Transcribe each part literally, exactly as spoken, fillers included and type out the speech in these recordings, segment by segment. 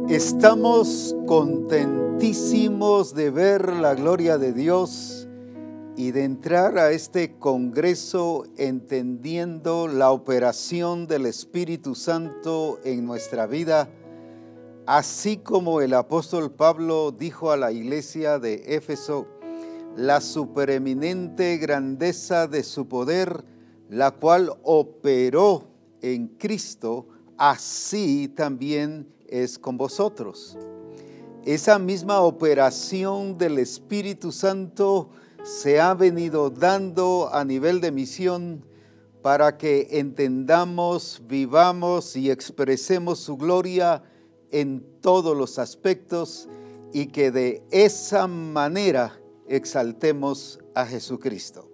Estamos contentísimos de ver la gloria de Dios y de entrar a este congreso entendiendo la operación del Espíritu Santo en nuestra vida, así como el apóstol Pablo dijo a la iglesia de Éfeso, la supereminente grandeza de su poder, la cual operó en Cristo, así también es con vosotros. Esa misma operación del Espíritu Santo se ha venido dando a nivel de misión para que entendamos, vivamos y expresemos su gloria en todos los aspectos y que de esa manera exaltemos a Jesucristo.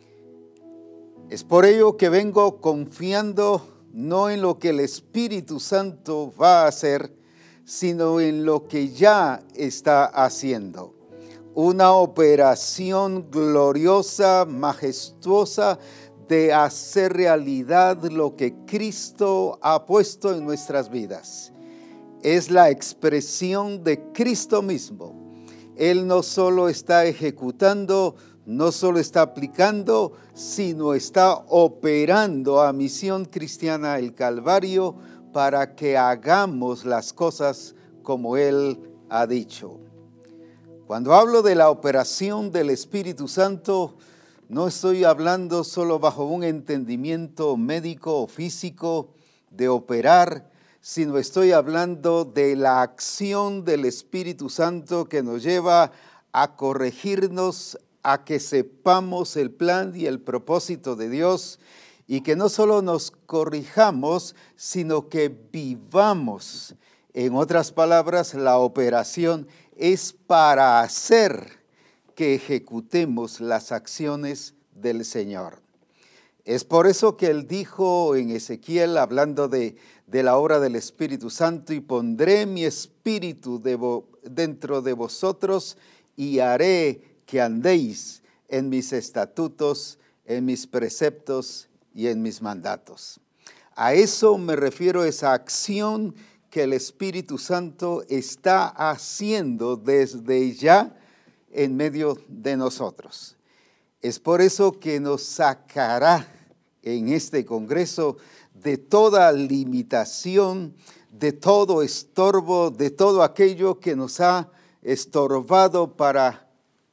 Es por ello que vengo confiando no en lo que el Espíritu Santo va a hacer, sino en lo que ya está haciendo. Una operación gloriosa, majestuosa, de hacer realidad lo que Cristo ha puesto en nuestras vidas. Es la expresión de Cristo mismo. Él no solo está ejecutando, no solo está aplicando, sino está operando a Misión Cristiana el Calvario para que hagamos las cosas como Él ha dicho. Cuando hablo de la operación del Espíritu Santo, no estoy hablando solo bajo un entendimiento médico o físico de operar, sino estoy hablando de la acción del Espíritu Santo que nos lleva a corregirnos, a que sepamos el plan y el propósito de Dios y que no solo nos corrijamos, sino que vivamos. En otras palabras, la operación es para hacer que ejecutemos las acciones del Señor. Es por eso que Él dijo en Ezequiel, hablando de, de la obra del Espíritu Santo, y pondré mi espíritu de vo, dentro de vosotros y haré que andéis en mis estatutos, en mis preceptos y en mis mandatos. A eso me refiero, esa acción que el Espíritu Santo está haciendo desde ya en medio de nosotros. Es por eso que nos sacará en este congreso de toda limitación, de todo estorbo, de todo aquello que nos ha estorbado para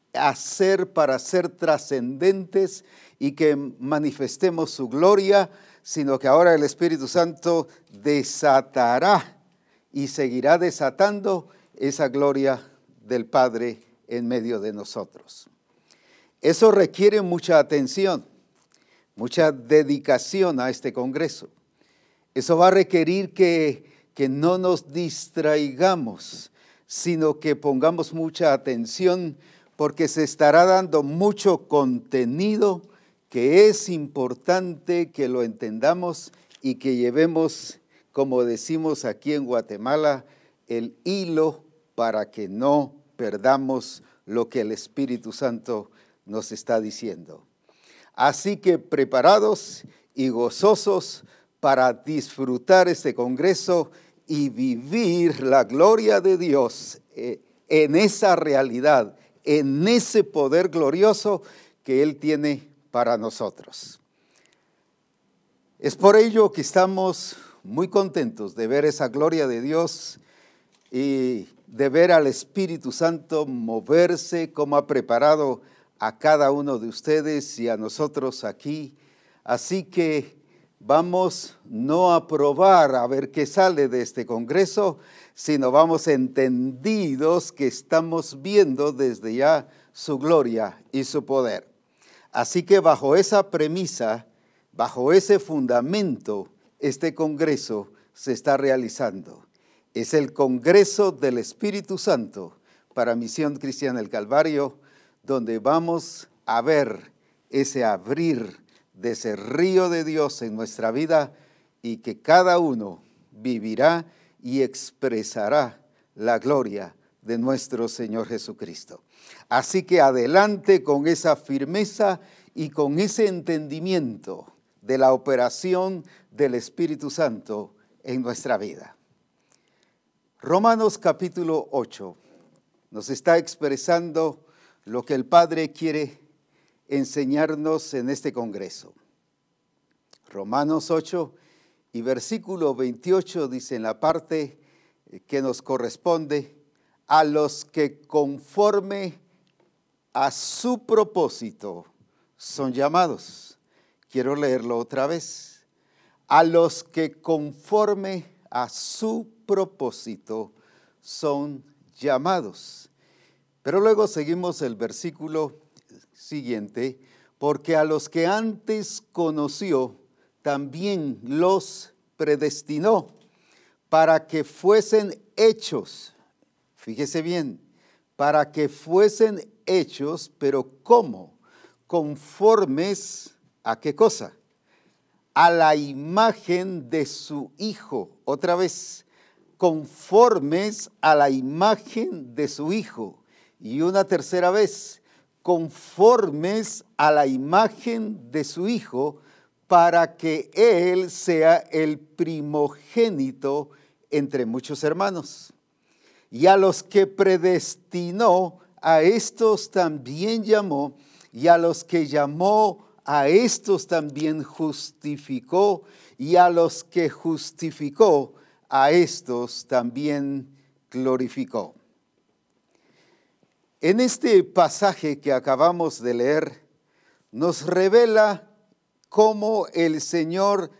hacer, para ser trascendentes y que manifestemos su gloria, sino que ahora el Espíritu Santo desatará y seguirá desatando esa gloria del Padre en medio de nosotros. Eso requiere mucha atención, mucha dedicación a este congreso. Eso va a requerir que, que no nos distraigamos, sino que pongamos mucha atención porque se estará dando mucho contenido que es importante que lo entendamos y que llevemos, como decimos aquí en Guatemala, el hilo para que no perdamos lo que el Espíritu Santo nos está diciendo. Así que preparados y gozosos para disfrutar este congreso y vivir la gloria de Dios en esa realidad, en ese poder glorioso que Él tiene para nosotros. Es por ello que estamos muy contentos de ver esa gloria de Dios y de ver al Espíritu Santo moverse como ha preparado a cada uno de ustedes y a nosotros aquí. Así que vamos no a probar a ver qué sale de este congreso, sino vamos entendidos que estamos viendo desde ya su gloria y su poder. Así que bajo esa premisa, bajo ese fundamento, este congreso se está realizando. Es el Congreso del Espíritu Santo para Misión Cristiana el Calvario, donde vamos a ver ese abrir de ese río de Dios en nuestra vida y que cada uno vivirá y expresará la gloria de nuestro Señor Jesucristo. Así que adelante con esa firmeza y con ese entendimiento de la operación del Espíritu Santo en nuestra vida. Romanos capítulo ocho nos está expresando lo que el Padre quiere enseñarnos en este congreso. Romanos ocho y versículo veintiocho dice en la parte que nos corresponde: a los que conforme a su propósito son llamados. Quiero leerlo otra vez. A los que conforme a su propósito son llamados. Pero luego seguimos el versículo siguiente: porque a los que antes conoció, también los predestinó para que fuesen hechos. Fíjese bien, para que fuesen hechos, pero ¿cómo? Conformes a ¿qué cosa? A la imagen de su Hijo. Otra vez, conformes a la imagen de su Hijo. Y una tercera vez, conformes a la imagen de su Hijo, para que Él sea el primogénito entre muchos hermanos. Y a los que predestinó, a estos también llamó, y a los que llamó, a estos también justificó, y a los que justificó, a estos también glorificó. En este pasaje que acabamos de leer, nos revela cómo el Señor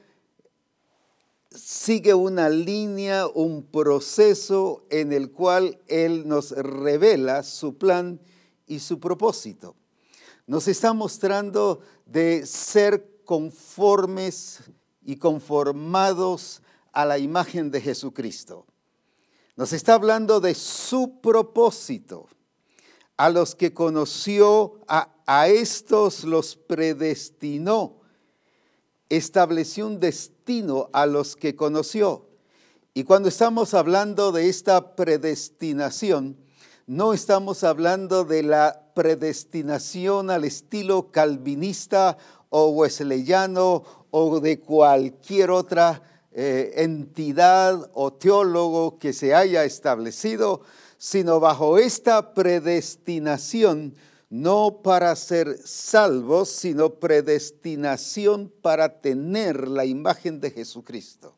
sigue una línea, un proceso en el cual Él nos revela su plan y su propósito. Nos está mostrando de ser conformes y conformados a la imagen de Jesucristo. Nos está hablando de su propósito. A los que conoció, a, a estos los predestinó. Estableció un destino a los que conoció. Y cuando estamos hablando de esta predestinación, no estamos hablando de la predestinación al estilo calvinista o wesleyano o de cualquier otra eh, entidad o teólogo que se haya establecido, sino bajo esta predestinación, no para ser salvos, sino predestinación para tener la imagen de Jesucristo.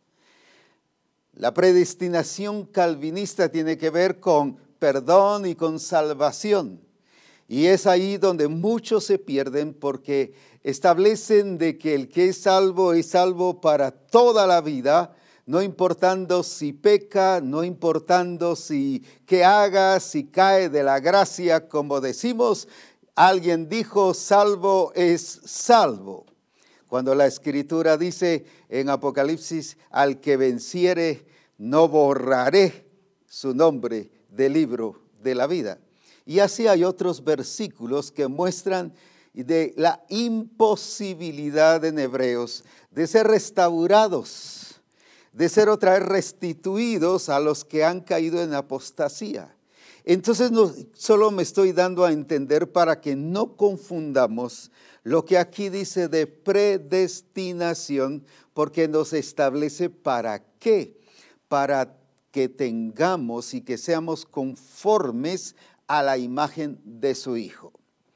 La predestinación calvinista tiene que ver con perdón y con salvación. Y es ahí donde muchos se pierden, porque establecen de que el que es salvo es salvo para toda la vida, no importando si peca, no importando si qué haga, si cae de la gracia, como decimos. Alguien dijo, salvo es salvo. Cuando la Escritura dice en Apocalipsis, al que venciere, no borraré su nombre del libro de la vida. Y así hay otros versículos que muestran de la imposibilidad en Hebreos de ser restaurados, de ser otra vez restituidos a los que han caído en apostasía. Entonces no, solo me estoy dando a entender para que no confundamos lo que aquí dice de predestinación, porque nos establece para qué, para que tengamos y que seamos conformes a la imagen de su Hijo.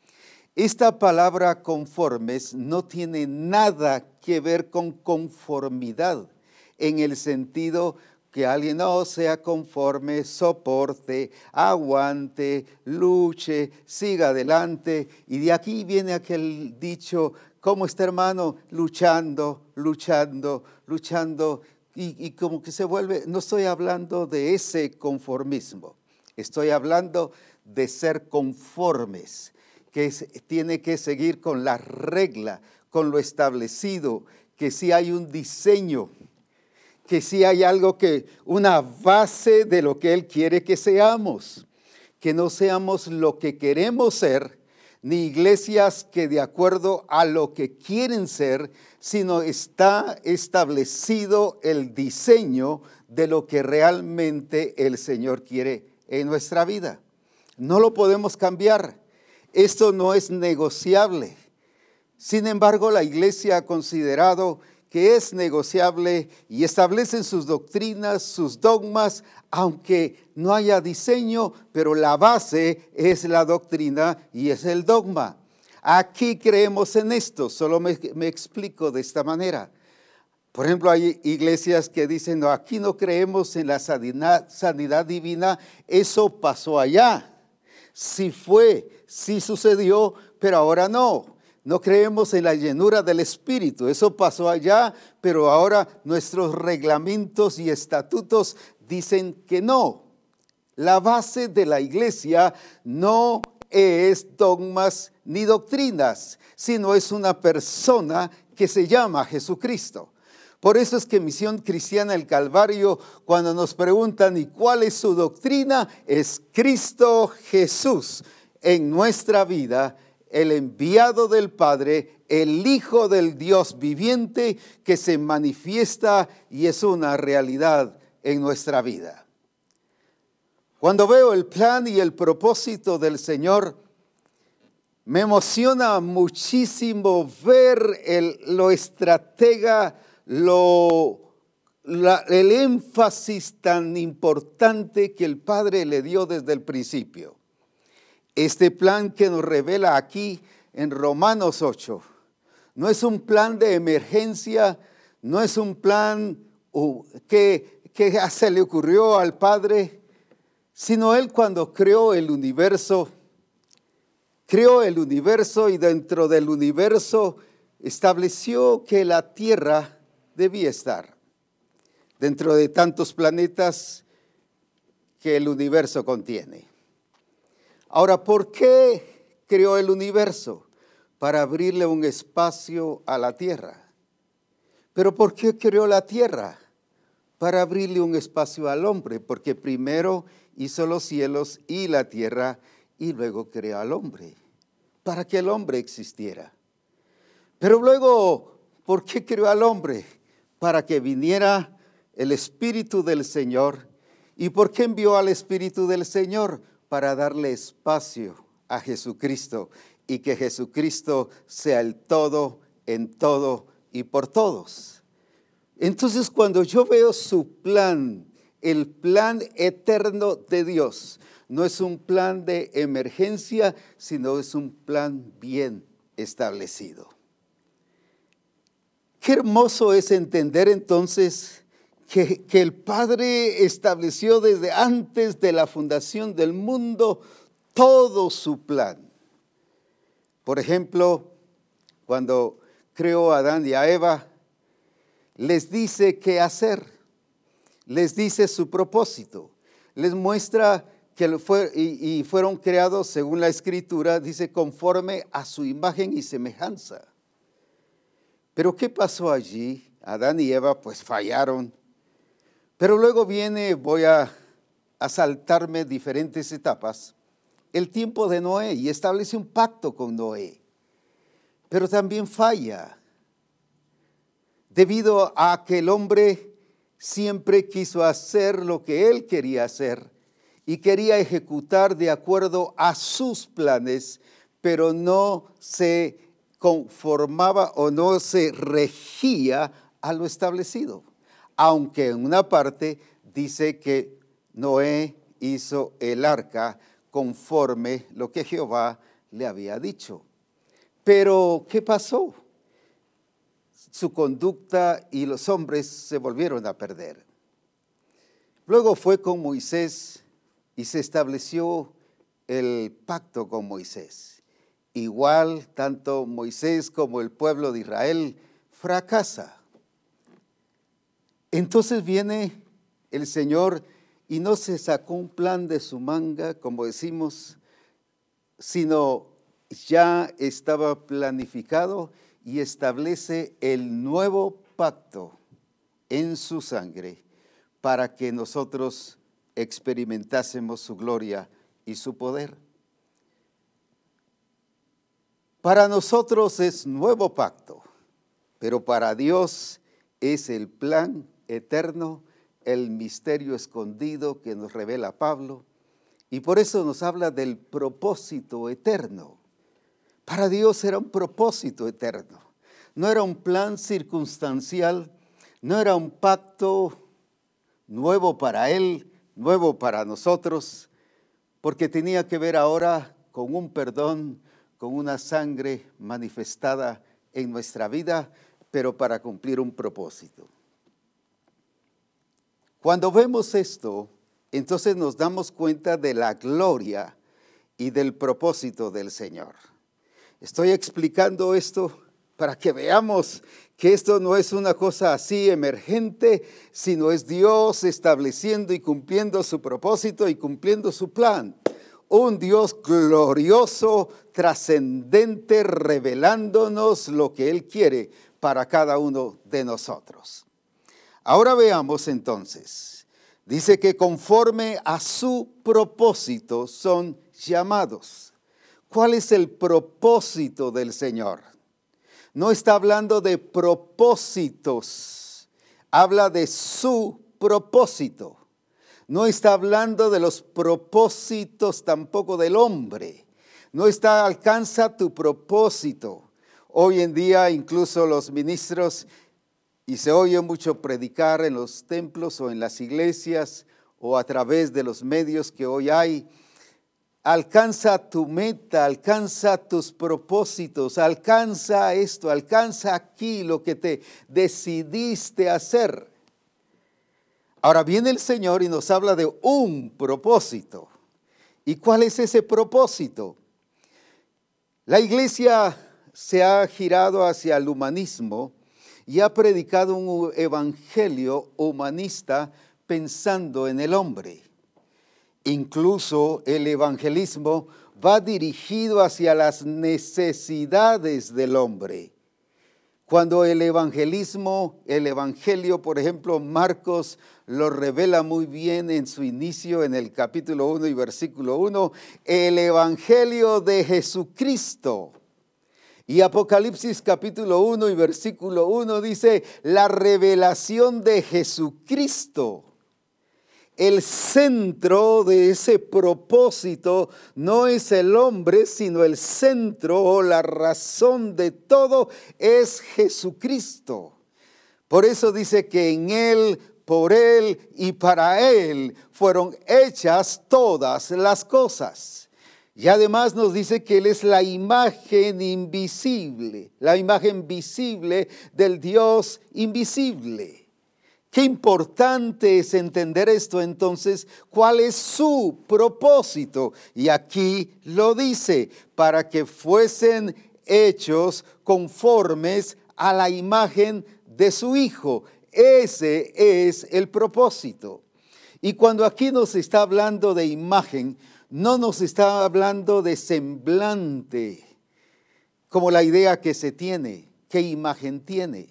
Esta palabra conformes no tiene nada que ver con conformidad, en el sentido que alguien no sea conforme, soporte, aguante, luche, siga adelante. Y de aquí viene aquel dicho, ¿cómo está, hermano? Luchando, luchando, luchando. Y, y como que se vuelve, no estoy hablando de ese conformismo. Estoy hablando de ser conformes, que es, tiene que seguir con la regla, con lo establecido, que si hay un diseño, que sí hay algo que, una base de lo que Él quiere que seamos, que no seamos lo que queremos ser, ni iglesias que de acuerdo a lo que quieren ser, sino está establecido el diseño de lo que realmente el Señor quiere en nuestra vida. No lo podemos cambiar, esto no es negociable. Sin embargo, la iglesia ha considerado que es negociable y establecen sus doctrinas, sus dogmas, aunque no haya diseño, pero la base es la doctrina y es el dogma. Aquí creemos en esto, solo me, me explico de esta manera. Por ejemplo, hay iglesias que dicen, no, aquí no creemos en la sanidad, sanidad divina, eso pasó allá. Sí fue, sí sucedió, pero ahora no. No creemos en la llenura del Espíritu, eso pasó allá, pero ahora nuestros reglamentos y estatutos dicen que no. La base de la iglesia no es dogmas ni doctrinas, sino es una persona que se llama Jesucristo. Por eso es que Misión Cristiana del Calvario, cuando nos preguntan ¿y cuál es su doctrina? Es Cristo Jesús en nuestra vida, el enviado del Padre, el Hijo del Dios viviente que se manifiesta y es una realidad en nuestra vida. Cuando veo el plan y el propósito del Señor, me emociona muchísimo ver el, lo estratega, lo, la, el énfasis tan importante que el Padre le dio desde el principio. Este plan que nos revela aquí en Romanos ocho, no es un plan de emergencia, no es un plan uh, que, que se le ocurrió al Padre, sino Él cuando creó el universo, creó el universo y dentro del universo estableció que la Tierra debía estar dentro de tantos planetas que el universo contiene. Ahora, ¿por qué creó el universo? Para abrirle un espacio a la tierra. ¿Pero por qué creó la tierra? Para abrirle un espacio al hombre, porque primero hizo los cielos y la tierra y luego creó al hombre, para que el hombre existiera. Pero luego, ¿por qué creó al hombre? Para que viniera el Espíritu del Señor. ¿Y por qué envió al Espíritu del Señor? Para darle espacio a Jesucristo y que Jesucristo sea el todo, en todo y por todos. Entonces, cuando yo veo su plan, el plan eterno de Dios, no es un plan de emergencia, sino es un plan bien establecido. Qué hermoso es entender entonces Que, que el Padre estableció desde antes de la fundación del mundo todo su plan. Por ejemplo, cuando creó a Adán y a Eva, les dice qué hacer, les dice su propósito, les muestra que fue, y, y fueron creados según la Escritura, dice conforme a su imagen y semejanza. Pero ¿qué pasó allí? Adán y Eva pues fallaron. Pero luego viene, voy a, a saltarme diferentes etapas, el tiempo de Noé y establece un pacto con Noé. Pero también falla, debido a que el hombre siempre quiso hacer lo que él quería hacer y quería ejecutar de acuerdo a sus planes, pero no se conformaba o no se regía a lo establecido. Aunque en una parte dice que Noé hizo el arca conforme lo que Jehová le había dicho. Pero, ¿qué pasó? Su conducta y los hombres se volvieron a perder. Luego fue con Moisés y se estableció el pacto con Moisés. Igual, tanto Moisés como el pueblo de Israel fracasa. Entonces viene el Señor y no se sacó un plan de su manga, como decimos, sino ya estaba planificado y establece el nuevo pacto en su sangre para que nosotros experimentásemos su gloria y su poder. Para nosotros es nuevo pacto, pero para Dios es el plan eterno, el misterio escondido que nos revela Pablo, y por eso nos habla del propósito eterno. Para Dios era un propósito eterno. no era un plan circunstancial, no era un pacto nuevo para Él, nuevo para nosotros, porque tenía que ver ahora con un perdón, con una sangre manifestada en nuestra vida, pero para cumplir un propósito. Cuando vemos esto, entonces nos damos cuenta de la gloria y del propósito del Señor. Estoy explicando esto para que veamos que esto no es una cosa así emergente, sino es Dios estableciendo y cumpliendo su propósito y cumpliendo su plan. Un Dios glorioso, trascendente, revelándonos lo que Él quiere para cada uno de nosotros. Ahora veamos entonces. Dice que conforme a su propósito son llamados. ¿Cuál es el propósito del Señor? No está hablando de propósitos, habla de su propósito. No está hablando de los propósitos tampoco del hombre. No está, alcanza tu propósito. Hoy en día incluso los ministros, y se oye mucho predicar en los templos o en las iglesias o a través de los medios que hoy hay, alcanza tu meta, alcanza tus propósitos, alcanza esto, alcanza aquí lo que te decidiste hacer. Ahora viene el Señor y nos habla de un propósito. ¿Y cuál es ese propósito? La iglesia se ha girado hacia el humanismo y ha predicado un evangelio humanista pensando en el hombre. Incluso el evangelismo va dirigido hacia las necesidades del hombre. Cuando el evangelismo, el evangelio, por ejemplo, Marcos lo revela muy bien en su inicio, en el capítulo uno y versículo uno, el evangelio de Jesucristo. Y Apocalipsis capítulo uno y versículo uno dice, la revelación de Jesucristo. El centro de ese propósito no es el hombre, sino el centro o la razón de todo es Jesucristo. Por eso dice que en Él, por Él y para Él fueron hechas todas las cosas. Y además nos dice que Él es la imagen invisible, la imagen visible del Dios invisible. Qué importante es entender esto entonces, cuál es su propósito. Y aquí lo dice, para que fuesen hechos conformes a la imagen de su Hijo. Ese es el propósito. Y cuando aquí nos está hablando de imagen, no nos está hablando de semblante, como la idea que se tiene, qué imagen tiene.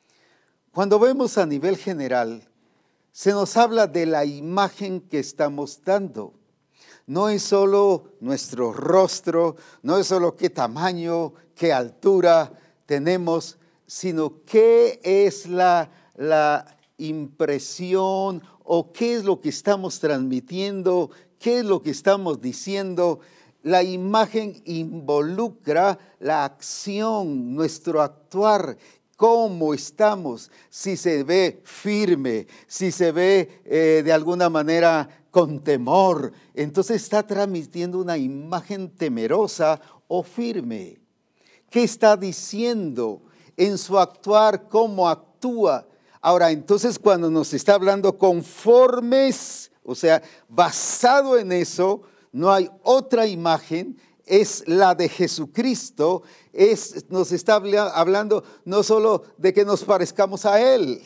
Cuando vemos a nivel general, se nos habla de la imagen que estamos dando. No es solo nuestro rostro, no es solo qué tamaño, qué altura tenemos, sino qué es la, la impresión o qué es lo que estamos transmitiendo, qué es lo que estamos diciendo. La imagen involucra la acción, nuestro actuar. ¿Cómo estamos? Si se ve firme, si se ve eh, de alguna manera con temor, entonces está transmitiendo una imagen temerosa o firme. ¿Qué está diciendo en su actuar? ¿Cómo actúa? Ahora, entonces cuando nos está hablando conformes, o sea, basado en eso, no hay otra imagen, es la de Jesucristo, es, nos está hablando no solo de que nos parezcamos a Él.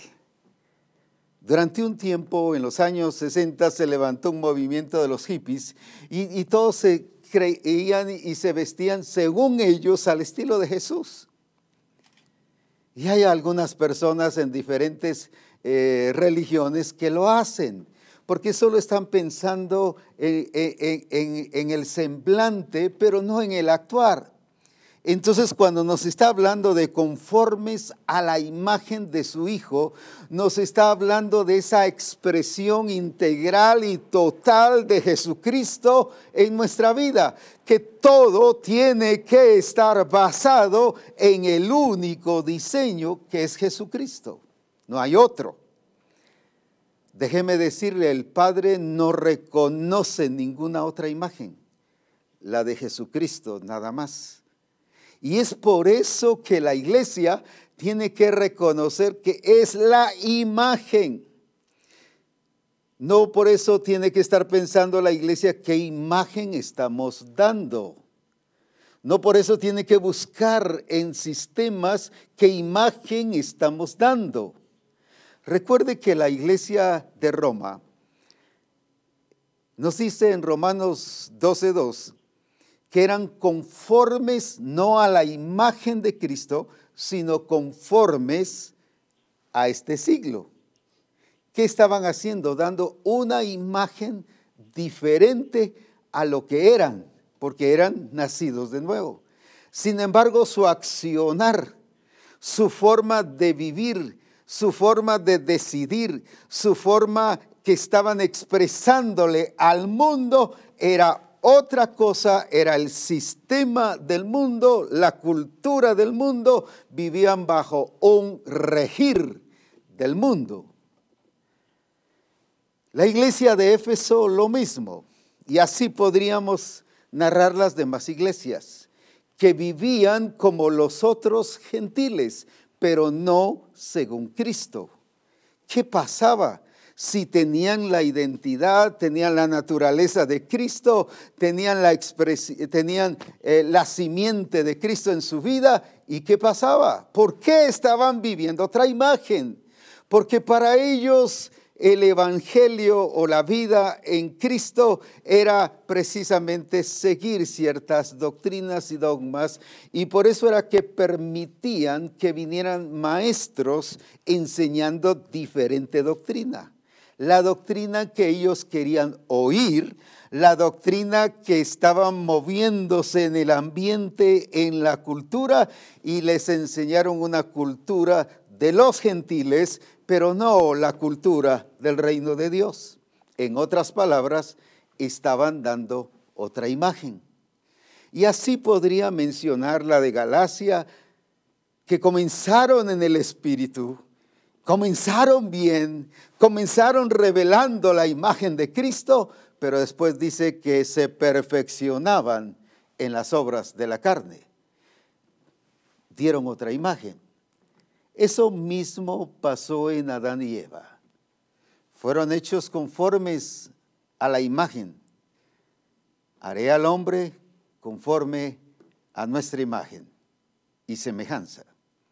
Durante un tiempo, en los años sesenta, se levantó un movimiento de los hippies y, y todos se creían y se vestían según ellos al estilo de Jesús. Y hay algunas personas en diferentes eh, religiones que lo hacen, porque solo están pensando en, en, en, en el semblante, pero no en el actuar. Entonces, cuando nos está hablando de conformes a la imagen de su Hijo, nos está hablando de esa expresión integral y total de Jesucristo en nuestra vida, que todo tiene que estar basado en el único diseño que es Jesucristo. No hay otro. Déjeme decirle, el Padre no reconoce ninguna otra imagen, la de Jesucristo nada más. Y es por eso que la iglesia tiene que reconocer que es la imagen. No por eso tiene que estar pensando la iglesia qué imagen estamos dando. No por eso tiene que buscar en sistemas qué imagen estamos dando. Recuerde que la iglesia de Roma nos dice en Romanos doce dos que eran conformes no a la imagen de Cristo, sino conformes a este siglo. ¿Qué estaban haciendo? Dando una imagen diferente a lo que eran, porque eran nacidos de nuevo. Sin embargo, su accionar, su forma de vivir, su forma de decidir, su forma que estaban expresándole al mundo era otra cosa, era el sistema del mundo, la cultura del mundo, vivían bajo un regir del mundo. La iglesia de Éfeso lo mismo, y así podríamos narrar las demás iglesias, que vivían como los otros gentiles, pero no según Cristo. ¿Qué pasaba? Si tenían la identidad, tenían la naturaleza de Cristo, tenían la, expres- tenían, eh, la simiente de Cristo en su vida, ¿y qué pasaba? ¿Por qué estaban viviendo otra imagen? Porque para ellos el evangelio o la vida en Cristo era precisamente seguir ciertas doctrinas y dogmas, y por eso era que permitían que vinieran maestros enseñando diferente doctrina. La doctrina que ellos querían oír, la doctrina que estaban moviéndose en el ambiente, en la cultura, y les enseñaron una cultura de los gentiles, pero no la cultura del reino de Dios. En otras palabras, estaban dando otra imagen. Y así podría mencionar la de Galacia, que comenzaron en el Espíritu, comenzaron bien, comenzaron revelando la imagen de Cristo, pero después dice que se perfeccionaban en las obras de la carne. Dieron otra imagen. Eso mismo pasó en Adán y Eva. Fueron hechos conformes a la imagen. Haré al hombre conforme a nuestra imagen y semejanza.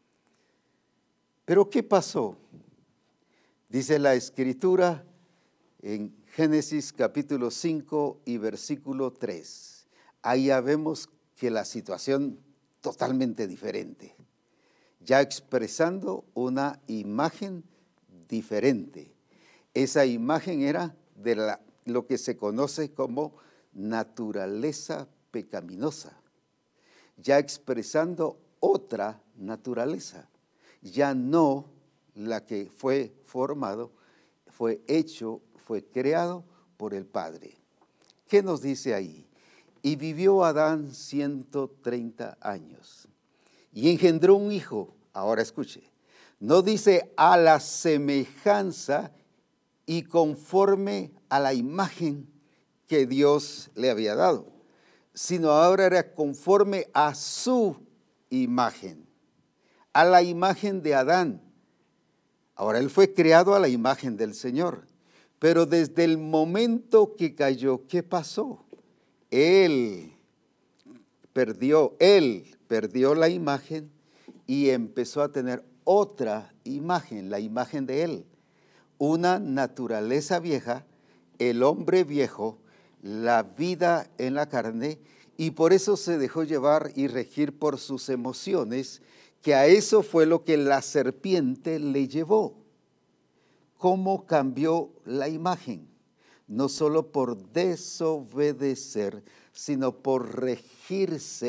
Pero ¿qué pasó? Dice la Escritura en Génesis capítulo cinco y versículo tres. Ahí ya vemos que la situación totalmente diferente, ya expresando una imagen diferente. Esa imagen era de la, lo que se conoce como naturaleza pecaminosa, ya expresando otra naturaleza. Ya no la que fue formado, fue hecho, fue creado por el Padre. ¿Qué nos dice ahí? Y vivió Adán ciento treinta años y engendró un hijo. Ahora escuche, no dice a la semejanza y conforme a la imagen que Dios le había dado, sino ahora era conforme a su imagen, a la imagen de Adán. Ahora él fue creado a la imagen del Señor, pero desde el momento que cayó, ¿qué pasó? Él perdió, él perdió la imagen y empezó a tener otra imagen, la imagen de él. Una naturaleza vieja, el hombre viejo, la vida en la carne, y por eso se dejó llevar y regir por sus emociones, que a eso fue lo que la serpiente le llevó. ¿Cómo cambió la imagen? No solo por desobedecer, sino por regirse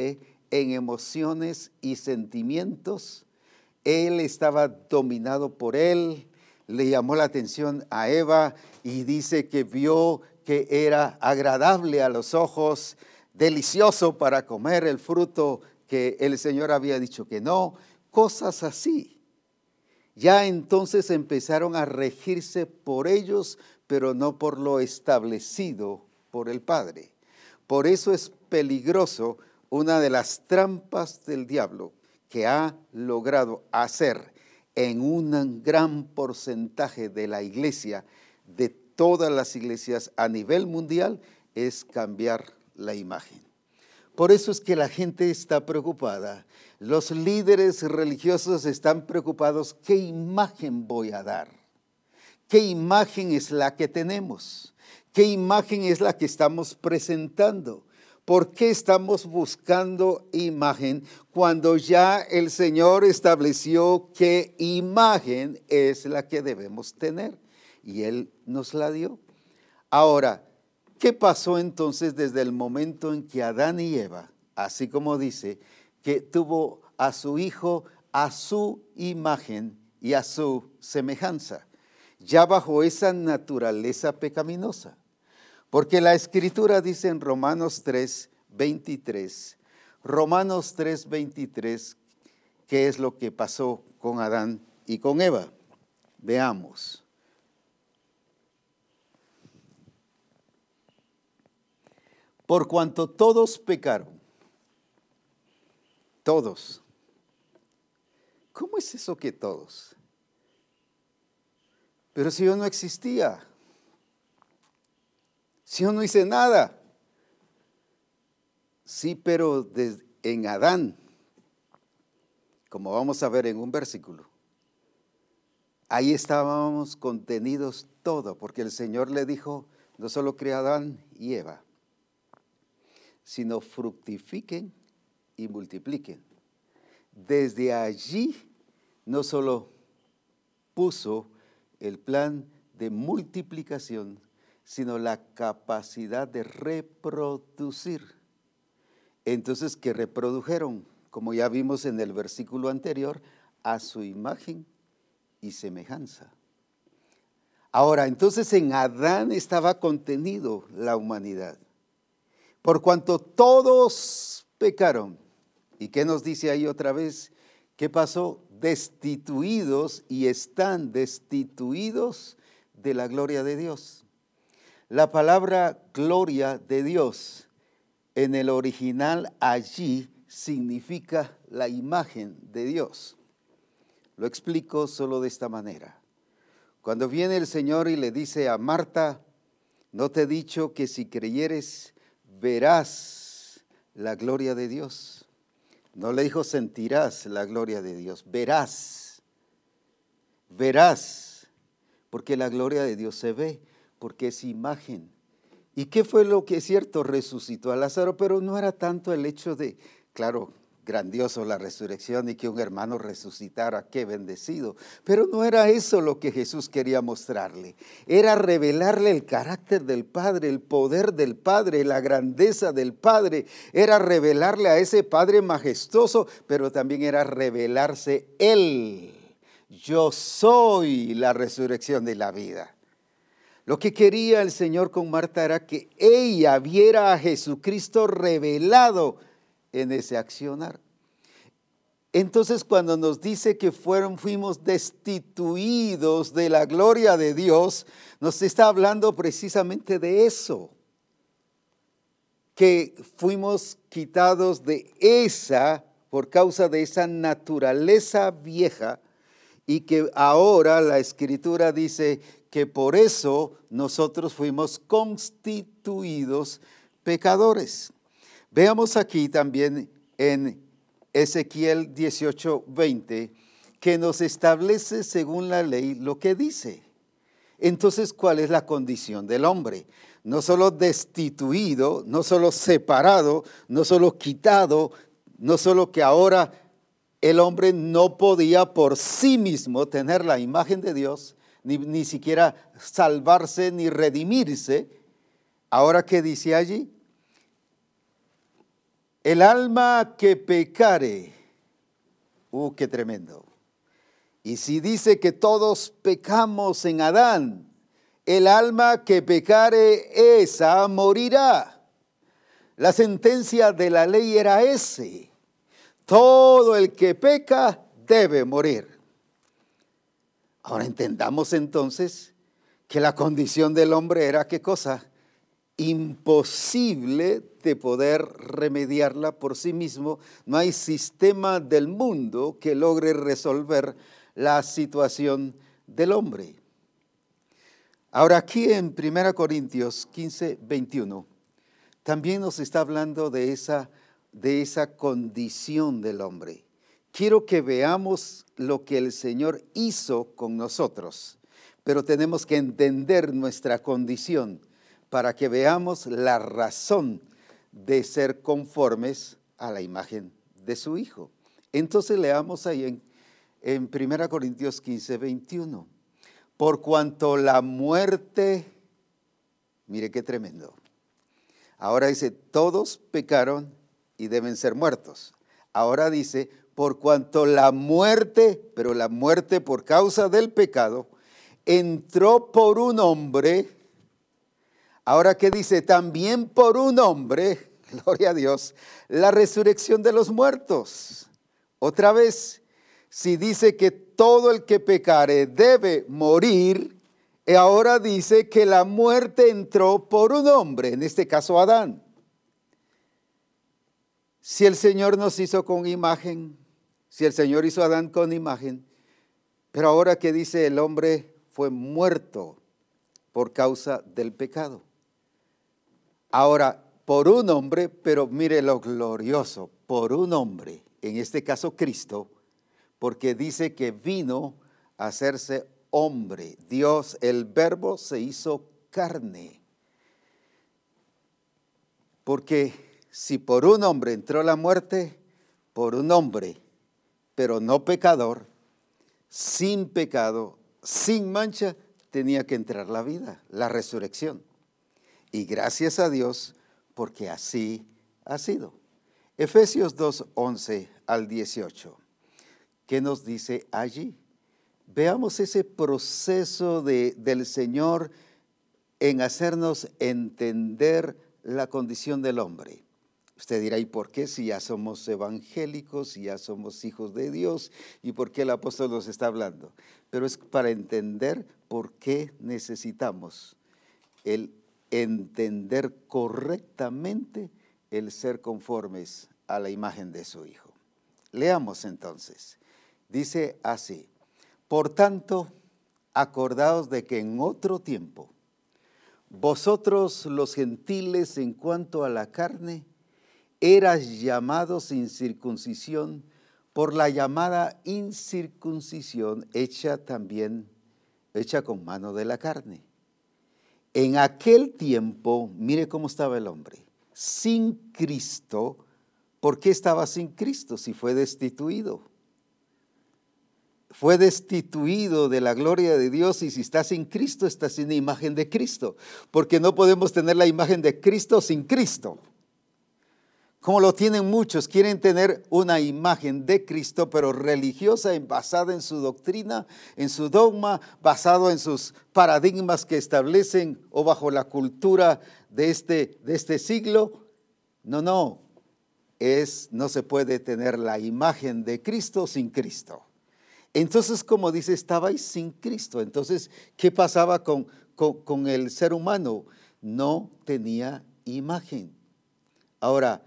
en emociones y sentimientos. Él estaba dominado por él. Le llamó la atención a Eva y dice que vio que era agradable a los ojos, delicioso para comer el fruto que el Señor había dicho que no, cosas así. Ya entonces empezaron a regirse por ellos, pero no por lo establecido por el Padre. Por eso es peligroso, una de las trampas del diablo que ha logrado hacer en un gran porcentaje de la iglesia, de todas las iglesias a nivel mundial, es cambiar la imagen. Por eso es que la gente está preocupada. Los líderes religiosos están preocupados. ¿Qué imagen voy a dar? ¿Qué imagen es la que tenemos? ¿Qué imagen es la que estamos presentando? ¿Por qué estamos buscando imagen cuando ya el Señor estableció qué imagen es la que debemos tener? Y Él nos la dio. Ahora, ¿qué pasó entonces desde el momento en que Adán y Eva, así como dice, que tuvo a su hijo a su imagen y a su semejanza, ya bajo esa naturaleza pecaminosa? Porque la Escritura dice en Romanos tres, veintitrés, Romanos tres, veintitrés, ¿qué es lo que pasó con Adán y con Eva? Veamos. Por cuanto todos pecaron, todos. ¿Cómo es eso que todos? Pero si yo no existía, si yo no hice nada. Sí, pero desde, en Adán, como vamos a ver en un versículo, ahí estábamos contenidos todo, porque el Señor le dijo, no solo creó a Adán y Eva, sino fructifiquen y multipliquen. Desde allí no solo puso el plan de multiplicación, sino la capacidad de reproducir. Entonces, que reprodujeron, como ya vimos en el versículo anterior, a su imagen y semejanza. Ahora, entonces en Adán estaba contenido la humanidad. Por cuanto todos pecaron. ¿Y qué nos dice ahí otra vez? ¿Qué pasó? Destituidos, y están destituidos de la gloria de Dios. La palabra gloria de Dios en el original allí significa la imagen de Dios. Lo explico solo de esta manera. Cuando viene el Señor y le dice a Marta, ¿no te he dicho que si creyeres verás la gloria de Dios? No le dijo sentirás la gloria de Dios, verás, verás, porque la gloria de Dios se ve, porque es imagen. ¿Y qué fue lo que es cierto? Resucitó a Lázaro, pero no era tanto el hecho de, claro, grandioso la resurrección y que un hermano resucitara, qué bendecido. Pero no era eso lo que Jesús quería mostrarle. Era revelarle el carácter del Padre, el poder del Padre, la grandeza del Padre. Era revelarle a ese Padre majestuoso, pero también era revelarse Él. Yo soy la resurrección de la vida. Lo que quería el Señor con Marta era que ella viera a Jesucristo revelado en ese accionar. Entonces, cuando nos dice que fueron, fuimos destituidos de la gloria de Dios, nos está hablando precisamente de eso, que fuimos quitados de esa, por causa de esa naturaleza vieja, y que ahora la Escritura dice que por eso nosotros fuimos constituidos pecadores. Veamos aquí también en Ezequiel dieciocho, veinte, que nos establece según la ley lo que dice. Entonces, ¿cuál es la condición del hombre? No solo destituido, no solo separado, no solo quitado, no solo que ahora el hombre no podía por sí mismo tener la imagen de Dios, ni, ni siquiera salvarse ni redimirse. Ahora, ¿qué dice allí? El alma que pecare, uh, qué tremendo. Y si dice que todos pecamos en Adán, el alma que pecare, esa morirá. La sentencia de la ley era ese. Todo el que peca debe morir. Ahora entendamos entonces que la condición del hombre era ¿qué cosa? Imposible de poder remediarla por sí mismo. No hay sistema del mundo que logre resolver la situación del hombre. Ahora aquí en primera Corintios quince, veintiuno, también nos está hablando de esa, de esa condición del hombre. Quiero que veamos lo que el Señor hizo con nosotros, pero tenemos que entender nuestra condición para que veamos la razón de ser conformes a la imagen de su Hijo. Entonces leamos ahí en, en primera Corintios quince, veintiuno. Por cuanto la muerte, mire qué tremendo. Ahora dice, todos pecaron y deben ser muertos. Ahora dice, por cuanto la muerte, pero la muerte por causa del pecado, entró por un hombre. Ahora que dice, también por un hombre, gloria a Dios, la resurrección de los muertos. Otra vez, si dice que todo el que pecare debe morir, y ahora dice que la muerte entró por un hombre, en este caso Adán. Si el Señor nos hizo con imagen, si el Señor hizo a Adán con imagen, pero ahora que dice el hombre fue muerto por causa del pecado. Ahora, por un hombre, pero mire lo glorioso, por un hombre, en este caso Cristo, porque dice que vino a hacerse hombre. Dios, el Verbo, se hizo carne. Porque si por un hombre entró la muerte, por un hombre, pero no pecador, sin pecado, sin mancha, tenía que entrar la vida, la resurrección. Y gracias a Dios, porque así ha sido. Efesios dos, once al dieciocho. ¿Qué nos dice allí? Veamos ese proceso de, del Señor en hacernos entender la condición del hombre. Usted dirá, ¿y por qué si ya somos evangélicos, si ya somos hijos de Dios? ¿Y por qué el apóstol nos está hablando? Pero es para entender por qué necesitamos el entender correctamente el ser conformes a la imagen de su Hijo. Leamos entonces. Dice así, por tanto, acordaos de que en otro tiempo, vosotros los gentiles en cuanto a la carne, eras llamados sin circuncisión por la llamada incircuncisión hecha también, hecha con mano de la carne. En aquel tiempo, mire cómo estaba el hombre, sin Cristo. ¿Por qué estaba sin Cristo si fue destituido? Fue destituido de la gloria de Dios, y si está sin Cristo, está sin imagen de Cristo, porque no podemos tener la imagen de Cristo sin Cristo. Como lo tienen muchos, quieren tener una imagen de Cristo, pero religiosa, basada en su doctrina, en su dogma, basado en sus paradigmas que establecen o bajo la cultura de este, de este siglo. No, no, es, no se puede tener la imagen de Cristo sin Cristo. Entonces, como dice, estabais sin Cristo. Entonces, ¿qué pasaba con, con, con el ser humano? No tenía imagen. Ahora,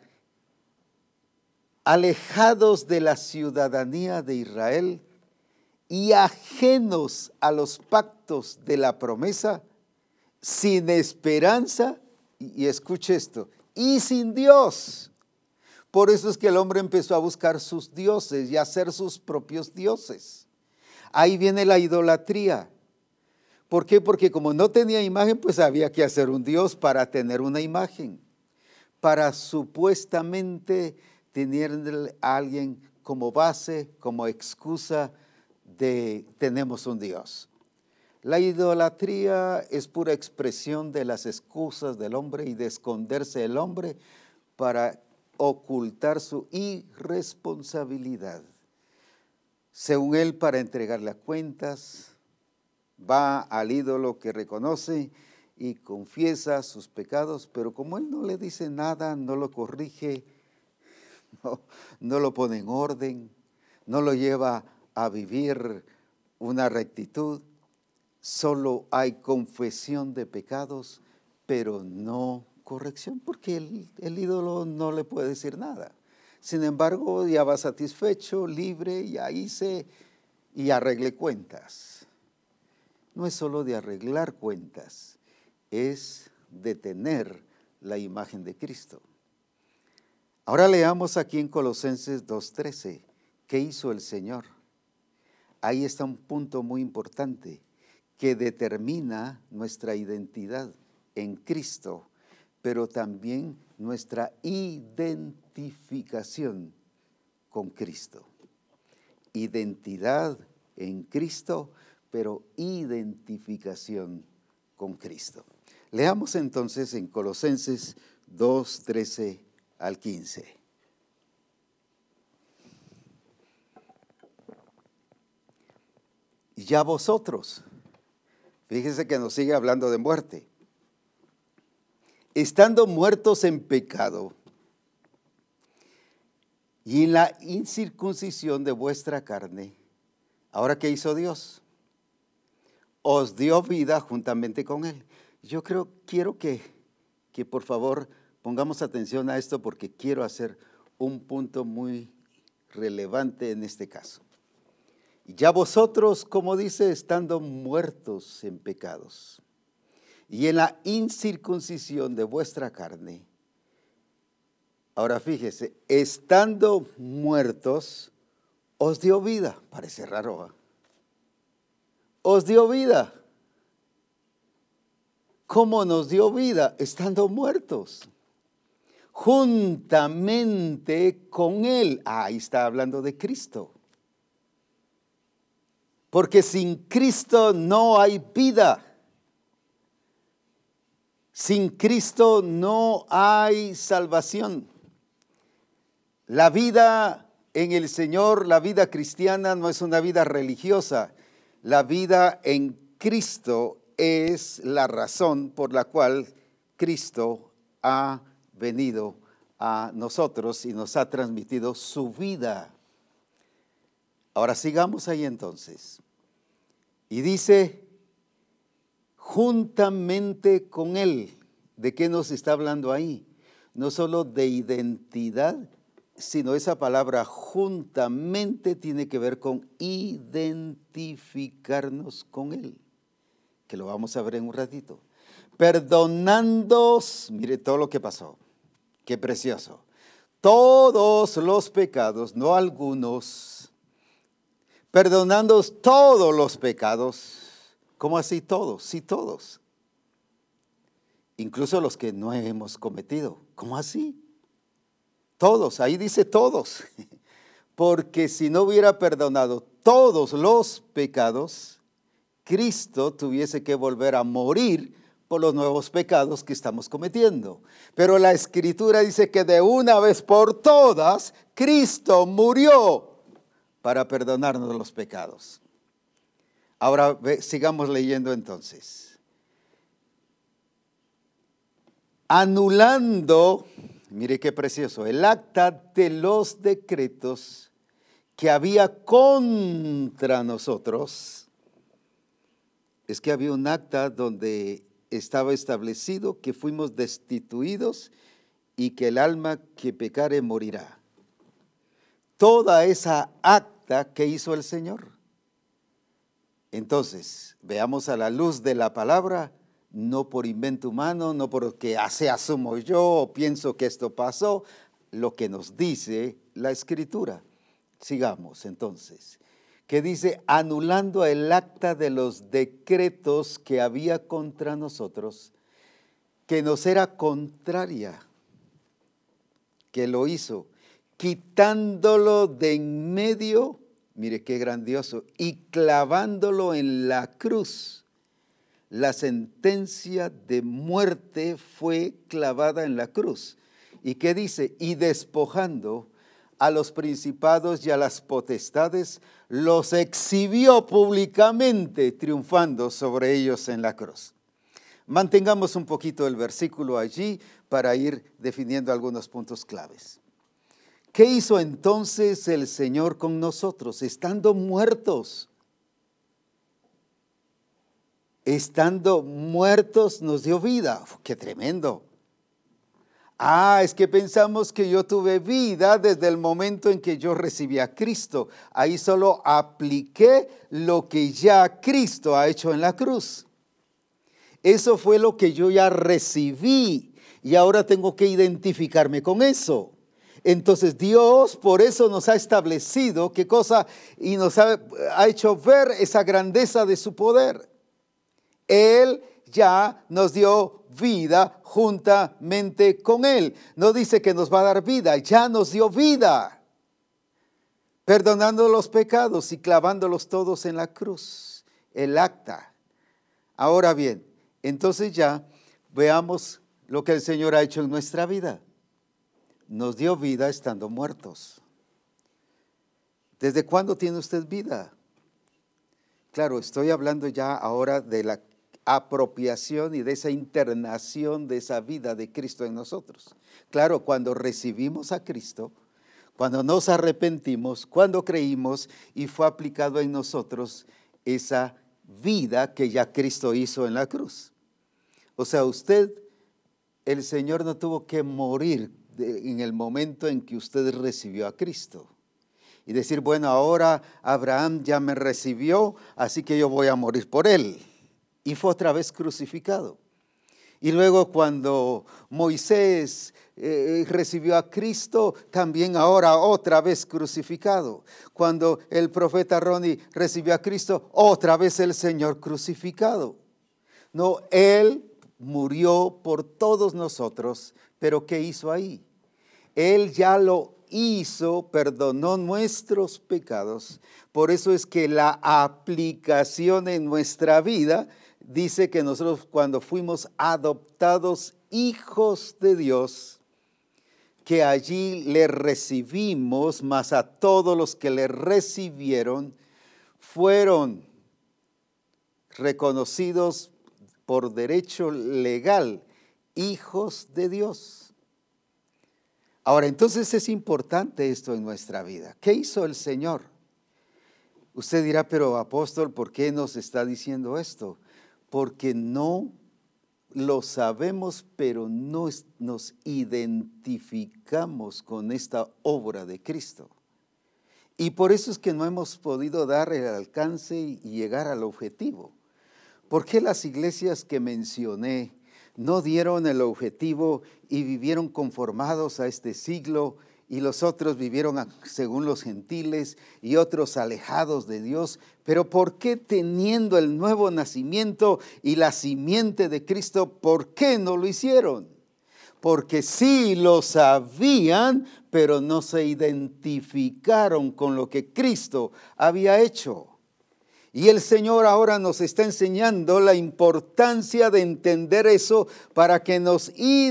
alejados de la ciudadanía de Israel y ajenos a los pactos de la promesa, sin esperanza, y, y escuche esto, y sin Dios. Por eso es que el hombre empezó a buscar sus dioses y a hacer sus propios dioses. Ahí viene la idolatría. ¿Por qué? Porque como no tenía imagen, pues había que hacer un dios para tener una imagen, para supuestamente tener a alguien como base, como excusa de tenemos un Dios. La idolatría es pura expresión de las excusas del hombre y de esconderse el hombre para ocultar su irresponsabilidad. Según él, para entregarle cuentas, va al ídolo que reconoce y confiesa sus pecados, pero como él no le dice nada, no lo corrige, no, no lo pone en orden, no lo lleva a vivir una rectitud, solo hay confesión de pecados, pero no corrección, porque el, el ídolo no le puede decir nada. Sin embargo, ya va satisfecho, libre, ya hice y arregle cuentas. No es solo de arreglar cuentas, es de tener la imagen de Cristo. Ahora leamos aquí en Colosenses dos trece, ¿qué hizo el Señor? Ahí está un punto muy importante que determina nuestra identidad en Cristo, pero también nuestra identificación con Cristo. Identidad en Cristo, pero identificación con Cristo. Leamos entonces en Colosenses dos trece al quince. Ya vosotros, fíjense que nos sigue hablando de muerte, estando muertos en pecado y en la incircuncisión de vuestra carne, ¿ahora qué hizo Dios? Os dio vida juntamente con Él. Yo creo, quiero que, que por favor pongamos atención a esto porque quiero hacer un punto muy relevante en este caso. Y ya vosotros, como dice, estando muertos en pecados y en la incircuncisión de vuestra carne. Ahora fíjese, estando muertos, os dio vida. Parece raro, ¿eh? Os dio vida. ¿Cómo nos dio vida? Estando muertos. Juntamente con Él. Ah, ahí está hablando de Cristo. Porque sin Cristo no hay vida. Sin Cristo no hay salvación. La vida en el Señor, la vida cristiana no es una vida religiosa. La vida en Cristo es la razón por la cual Cristo ha venido a nosotros y nos ha transmitido su vida. Ahora sigamos ahí entonces. Y dice, juntamente con Él. ¿De qué nos está hablando ahí? No solo de identidad, sino esa palabra juntamente tiene que ver con identificarnos con Él, que lo vamos a ver en un ratito. Perdonándoos, mire todo lo que pasó, qué precioso. Todos los pecados, no algunos, perdonándoos todos los pecados. ¿Cómo así todos? Sí, todos. Incluso los que no hemos cometido. ¿Cómo así? Todos, ahí dice todos. Porque si no hubiera perdonado todos los pecados, Cristo tuviese que volver a morir por los nuevos pecados que estamos cometiendo. Pero la Escritura dice que de una vez por todas, Cristo murió para perdonarnos los pecados. Ahora ve, sigamos leyendo entonces. Anulando, mire qué precioso, el acta de los decretos que había contra nosotros. Es que había un acta donde estaba establecido que fuimos destituidos y que el alma que pecare morirá. Toda esa acta que hizo el Señor. Entonces, veamos a la luz de la palabra, no por invento humano, no porque se asumo yo o pienso que esto pasó, lo que nos dice la Escritura. Sigamos entonces, que dice, anulando el acta de los decretos que había contra nosotros, que nos era contraria, que lo hizo, quitándolo de en medio, mire qué grandioso, y clavándolo en la cruz. La sentencia de muerte fue clavada en la cruz. ¿Y qué dice? Y despojando a los principados y a las potestades, los exhibió públicamente, triunfando sobre ellos en la cruz. Mantengamos un poquito el versículo allí para ir definiendo algunos puntos claves. ¿Qué hizo entonces el Señor con nosotros? Estando muertos. Estando muertos nos dio vida. Uf, ¡qué tremendo! Ah, es que pensamos que yo tuve vida desde el momento en que yo recibí a Cristo. Ahí solo apliqué lo que ya Cristo ha hecho en la cruz. Eso fue lo que yo ya recibí y ahora tengo que identificarme con eso. Entonces Dios por eso nos ha establecido qué cosa y nos ha, ha hecho ver esa grandeza de su poder. Él ya nos dio vida juntamente con Él. No dice que nos va a dar vida, ya nos dio vida. Perdonando los pecados y clavándolos todos en la cruz. El acta. Ahora bien, entonces ya veamos lo que el Señor ha hecho en nuestra vida. Nos dio vida estando muertos. ¿Desde cuándo tiene usted vida? Claro, estoy hablando ya ahora de la apropiación y de esa internación de esa vida de Cristo en nosotros. Claro, cuando recibimos a Cristo, cuando nos arrepentimos, cuando creímos y fue aplicado en nosotros esa vida que ya Cristo hizo en la cruz. O sea, usted, el Señor no tuvo que morir de, en el momento en que usted recibió a Cristo. Y decir, bueno, ahora Abraham ya me recibió, así que yo voy a morir por él. Y fue otra vez crucificado. Y luego cuando Moisés eh, recibió a Cristo, también ahora otra vez crucificado. Cuando el profeta Ronnie recibió a Cristo, otra vez el Señor crucificado. No, Él murió por todos nosotros, pero ¿qué hizo ahí? Él ya lo hizo, perdonó nuestros pecados. Por eso es que la aplicación en nuestra vida dice que nosotros cuando fuimos adoptados hijos de Dios, que allí le recibimos, mas a todos los que le recibieron, fueron reconocidos por derecho legal, hijos de Dios. Ahora, entonces es importante esto en nuestra vida. ¿Qué hizo el Señor? Usted dirá, pero apóstol, ¿por qué nos está diciendo esto? Porque no lo sabemos, pero no nos identificamos con esta obra de Cristo. Y por eso es que no hemos podido dar el alcance y llegar al objetivo. ¿Por qué las iglesias que mencioné no dieron el objetivo y vivieron conformados a este siglo y los otros vivieron según los gentiles y otros alejados de Dios? Pero ¿por qué teniendo el nuevo nacimiento y la simiente de Cristo, por qué no lo hicieron? Porque sí lo sabían, pero no se identificaron con lo que Cristo había hecho. Y el Señor ahora nos está enseñando la importancia de entender eso para que nos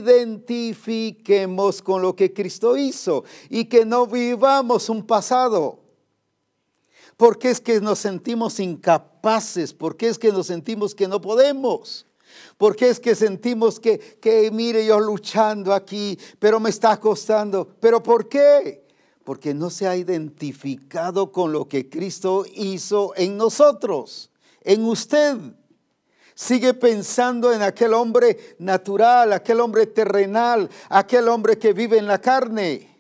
identifiquemos con lo que Cristo hizo y que no vivamos un pasado. ¿Por qué es que nos sentimos incapaces? ¿Por qué es que nos sentimos que no podemos? ¿Por qué es que sentimos que, que mire yo luchando aquí, pero me está costando? ¿Pero por qué? Porque no se ha identificado con lo que Cristo hizo en nosotros, en usted. Sigue pensando en aquel hombre natural, aquel hombre terrenal, aquel hombre que vive en la carne.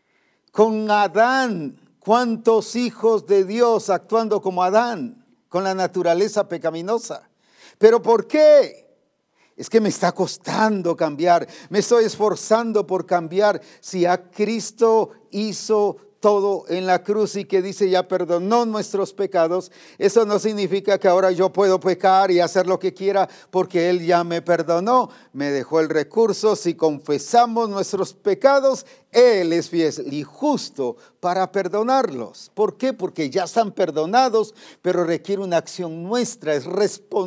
Con Adán, ¿cuántos hijos de Dios actuando como Adán, con la naturaleza pecaminosa? ¿Pero por qué? Es que me está costando cambiar, me estoy esforzando por cambiar. Si a Cristo hizo todo en la cruz y que dice ya perdonó nuestros pecados, eso no significa que ahora yo puedo pecar y hacer lo que quiera porque Él ya me perdonó, me dejó el recurso. Si confesamos nuestros pecados, Él es fiel y justo para perdonarlos. ¿Por qué? Porque ya están perdonados, pero requiere una acción nuestra, es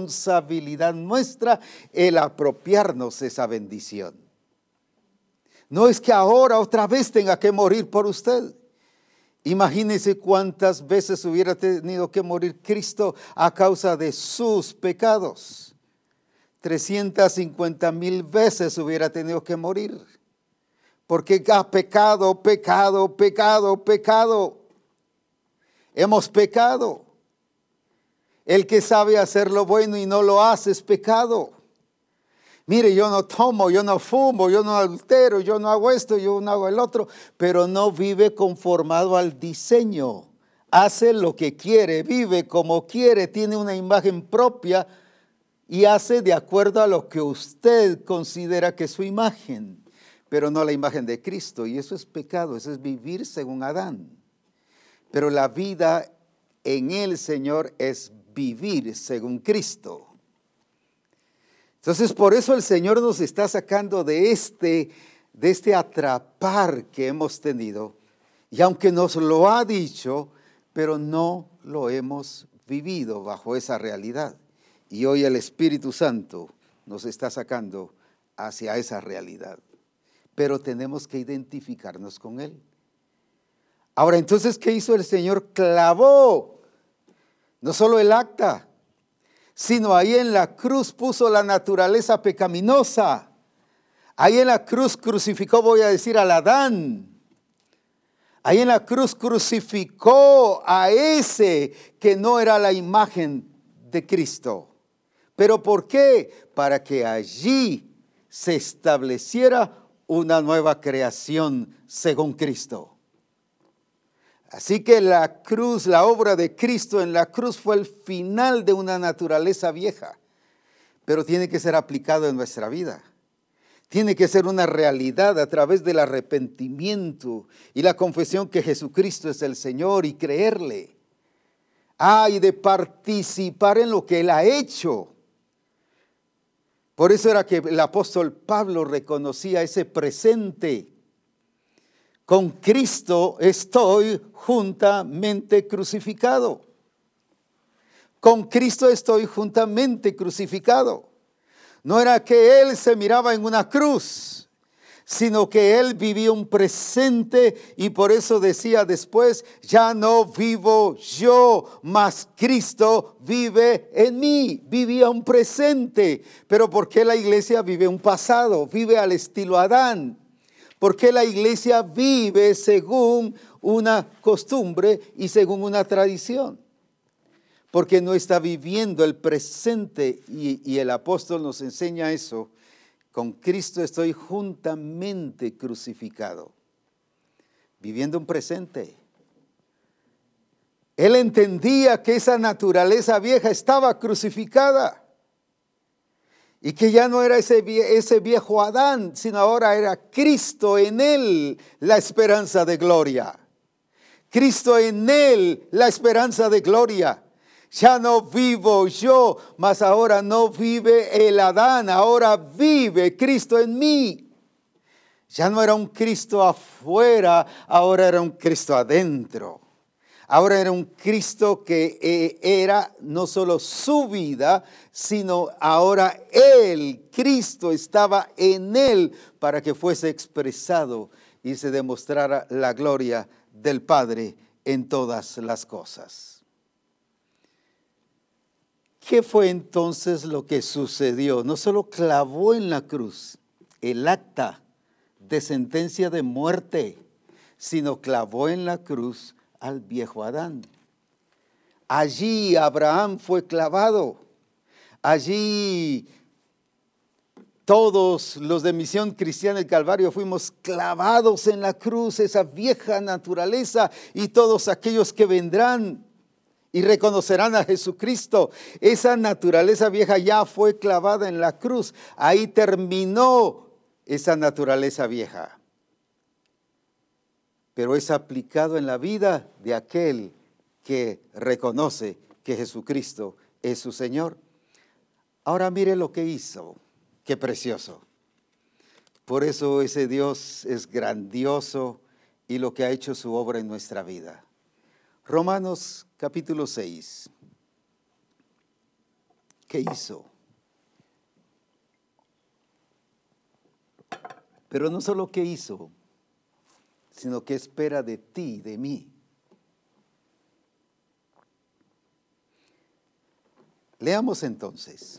responsabilidad nuestra el apropiarnos esa bendición. No es que ahora otra vez tenga que morir por usted. Imagínese cuántas veces hubiera tenido que morir Cristo a causa de sus pecados. trescientas cincuenta mil veces hubiera tenido que morir. Porque ha pecado, pecado, pecado, pecado. Hemos pecado. El que sabe hacer lo bueno y no lo hace es pecado. Mire, yo no tomo, yo no fumo, yo no adultero, yo no hago esto, yo no hago el otro, pero no vive conformado al diseño. Hace lo que quiere, vive como quiere, tiene una imagen propia y hace de acuerdo a lo que usted considera que es su imagen, pero no la imagen de Cristo. Y eso es pecado, eso es vivir según Adán. Pero la vida en el Señor es vivir según Cristo. Entonces, por eso el Señor nos está sacando de este, de este atrapar que hemos tenido. Y aunque nos lo ha dicho, pero no lo hemos vivido bajo esa realidad. Y hoy el Espíritu Santo nos está sacando hacia esa realidad. Pero tenemos que identificarnos con Él. Ahora, entonces, ¿qué hizo el Señor? Clavó no solo el acta, sino ahí en la cruz puso la naturaleza pecaminosa. Ahí en la cruz crucificó, voy a decir, al Adán. Ahí en la cruz crucificó a ese que no era la imagen de Cristo. ¿Pero por qué? Para que allí se estableciera una nueva creación según Cristo. Así que la cruz, la obra de Cristo en la cruz fue el final de una naturaleza vieja, pero tiene que ser aplicado en nuestra vida. Tiene que ser una realidad a través del arrepentimiento y la confesión que Jesucristo es el Señor y creerle. Ah, y de participar en lo que Él ha hecho. Por eso era que el apóstol Pablo reconocía ese presente. Con Cristo estoy juntamente crucificado. Con Cristo estoy juntamente crucificado. No era que Él se miraba en una cruz, sino que Él vivía un presente y por eso decía después, ya no vivo yo, mas Cristo vive en mí. Vivía un presente, pero ¿por qué la iglesia vive un pasado? Vive al estilo Adán. Porque la iglesia vive según una costumbre y según una tradición. Porque no está viviendo el presente y, y el apóstol nos enseña eso. Con Cristo estoy juntamente crucificado. Viviendo un presente. Él entendía que esa naturaleza vieja estaba crucificada. Y que ya no era ese, ese viejo Adán, sino ahora era Cristo en él la esperanza de gloria. Cristo en él la esperanza de gloria. Ya no vivo yo, mas ahora no vive el Adán, ahora vive Cristo en mí. Ya no era un Cristo afuera, ahora era un Cristo adentro. Ahora era un Cristo que eh, era no solo su vida, sino ahora Él, Cristo, estaba en Él para que fuese expresado y se demostrara la gloria del Padre en todas las cosas. ¿Qué fue entonces lo que sucedió? No solo clavó en la cruz el acta de sentencia de muerte, sino clavó en la cruz al viejo Adán. Allí Abraham fue clavado. Allí todos los de Misión Cristiana del Calvario fuimos clavados en la cruz, esa vieja naturaleza, y todos aquellos que vendrán y reconocerán a Jesucristo. Esa naturaleza vieja ya fue clavada en la cruz. Ahí terminó esa naturaleza vieja. Pero es aplicado en la vida de aquel que reconoce que Jesucristo es su Señor. Ahora mire lo que hizo, qué precioso. Por eso ese Dios es grandioso y lo que ha hecho su obra en nuestra vida. Romanos capítulo seis. ¿Qué hizo? Pero no solo qué hizo, sino qué espera de ti, de mí. Leamos entonces.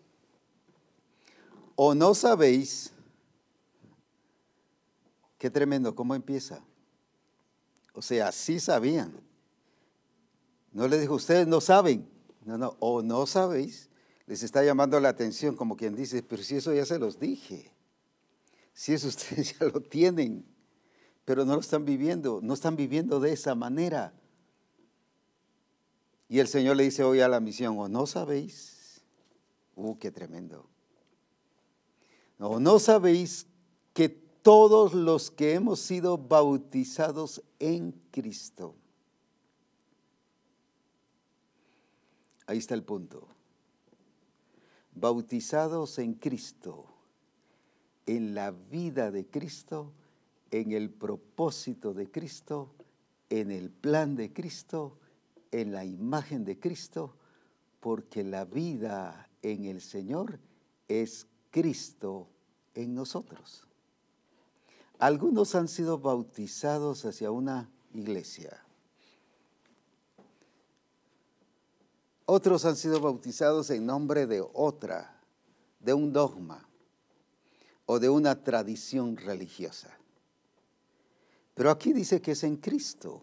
¿O no sabéis? Qué tremendo, ¿cómo empieza? O sea, sí sabían. No les dijo, ustedes no saben. No, no, o no sabéis. Les está llamando la atención, como quien dice, pero si eso ya se los dije. Si eso ustedes ya lo tienen, pero no lo están viviendo, no están viviendo de esa manera. Y el Señor le dice hoy a la misión, ¿o no sabéis? Uh, qué tremendo. ¿O no sabéis que todos los que hemos sido bautizados en Cristo? Ahí está el punto. Bautizados en Cristo, en la vida de Cristo, en el propósito de Cristo, en el plan de Cristo, en la imagen de Cristo, porque la vida en el Señor es Cristo en nosotros. Algunos han sido bautizados hacia una iglesia. Otros han sido bautizados en nombre de otra, de un dogma o de una tradición religiosa. Pero aquí dice que es en Cristo.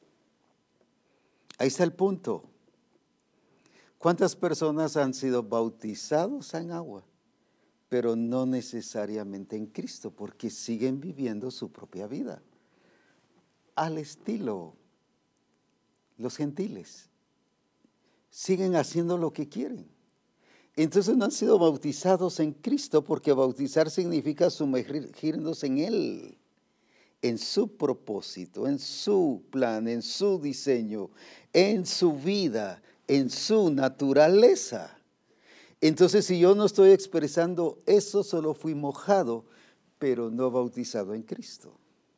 Ahí está el punto. ¿Cuántas personas han sido bautizados en agua? Pero no necesariamente en Cristo, porque siguen viviendo su propia vida, al estilo los gentiles. Siguen haciendo lo que quieren. Entonces no han sido bautizados en Cristo, porque bautizar significa sumergirnos en Él, en su propósito, en su plan, en su diseño, en su vida, en su naturaleza. Entonces, si yo no estoy expresando eso, solo fui mojado, pero no bautizado en Cristo.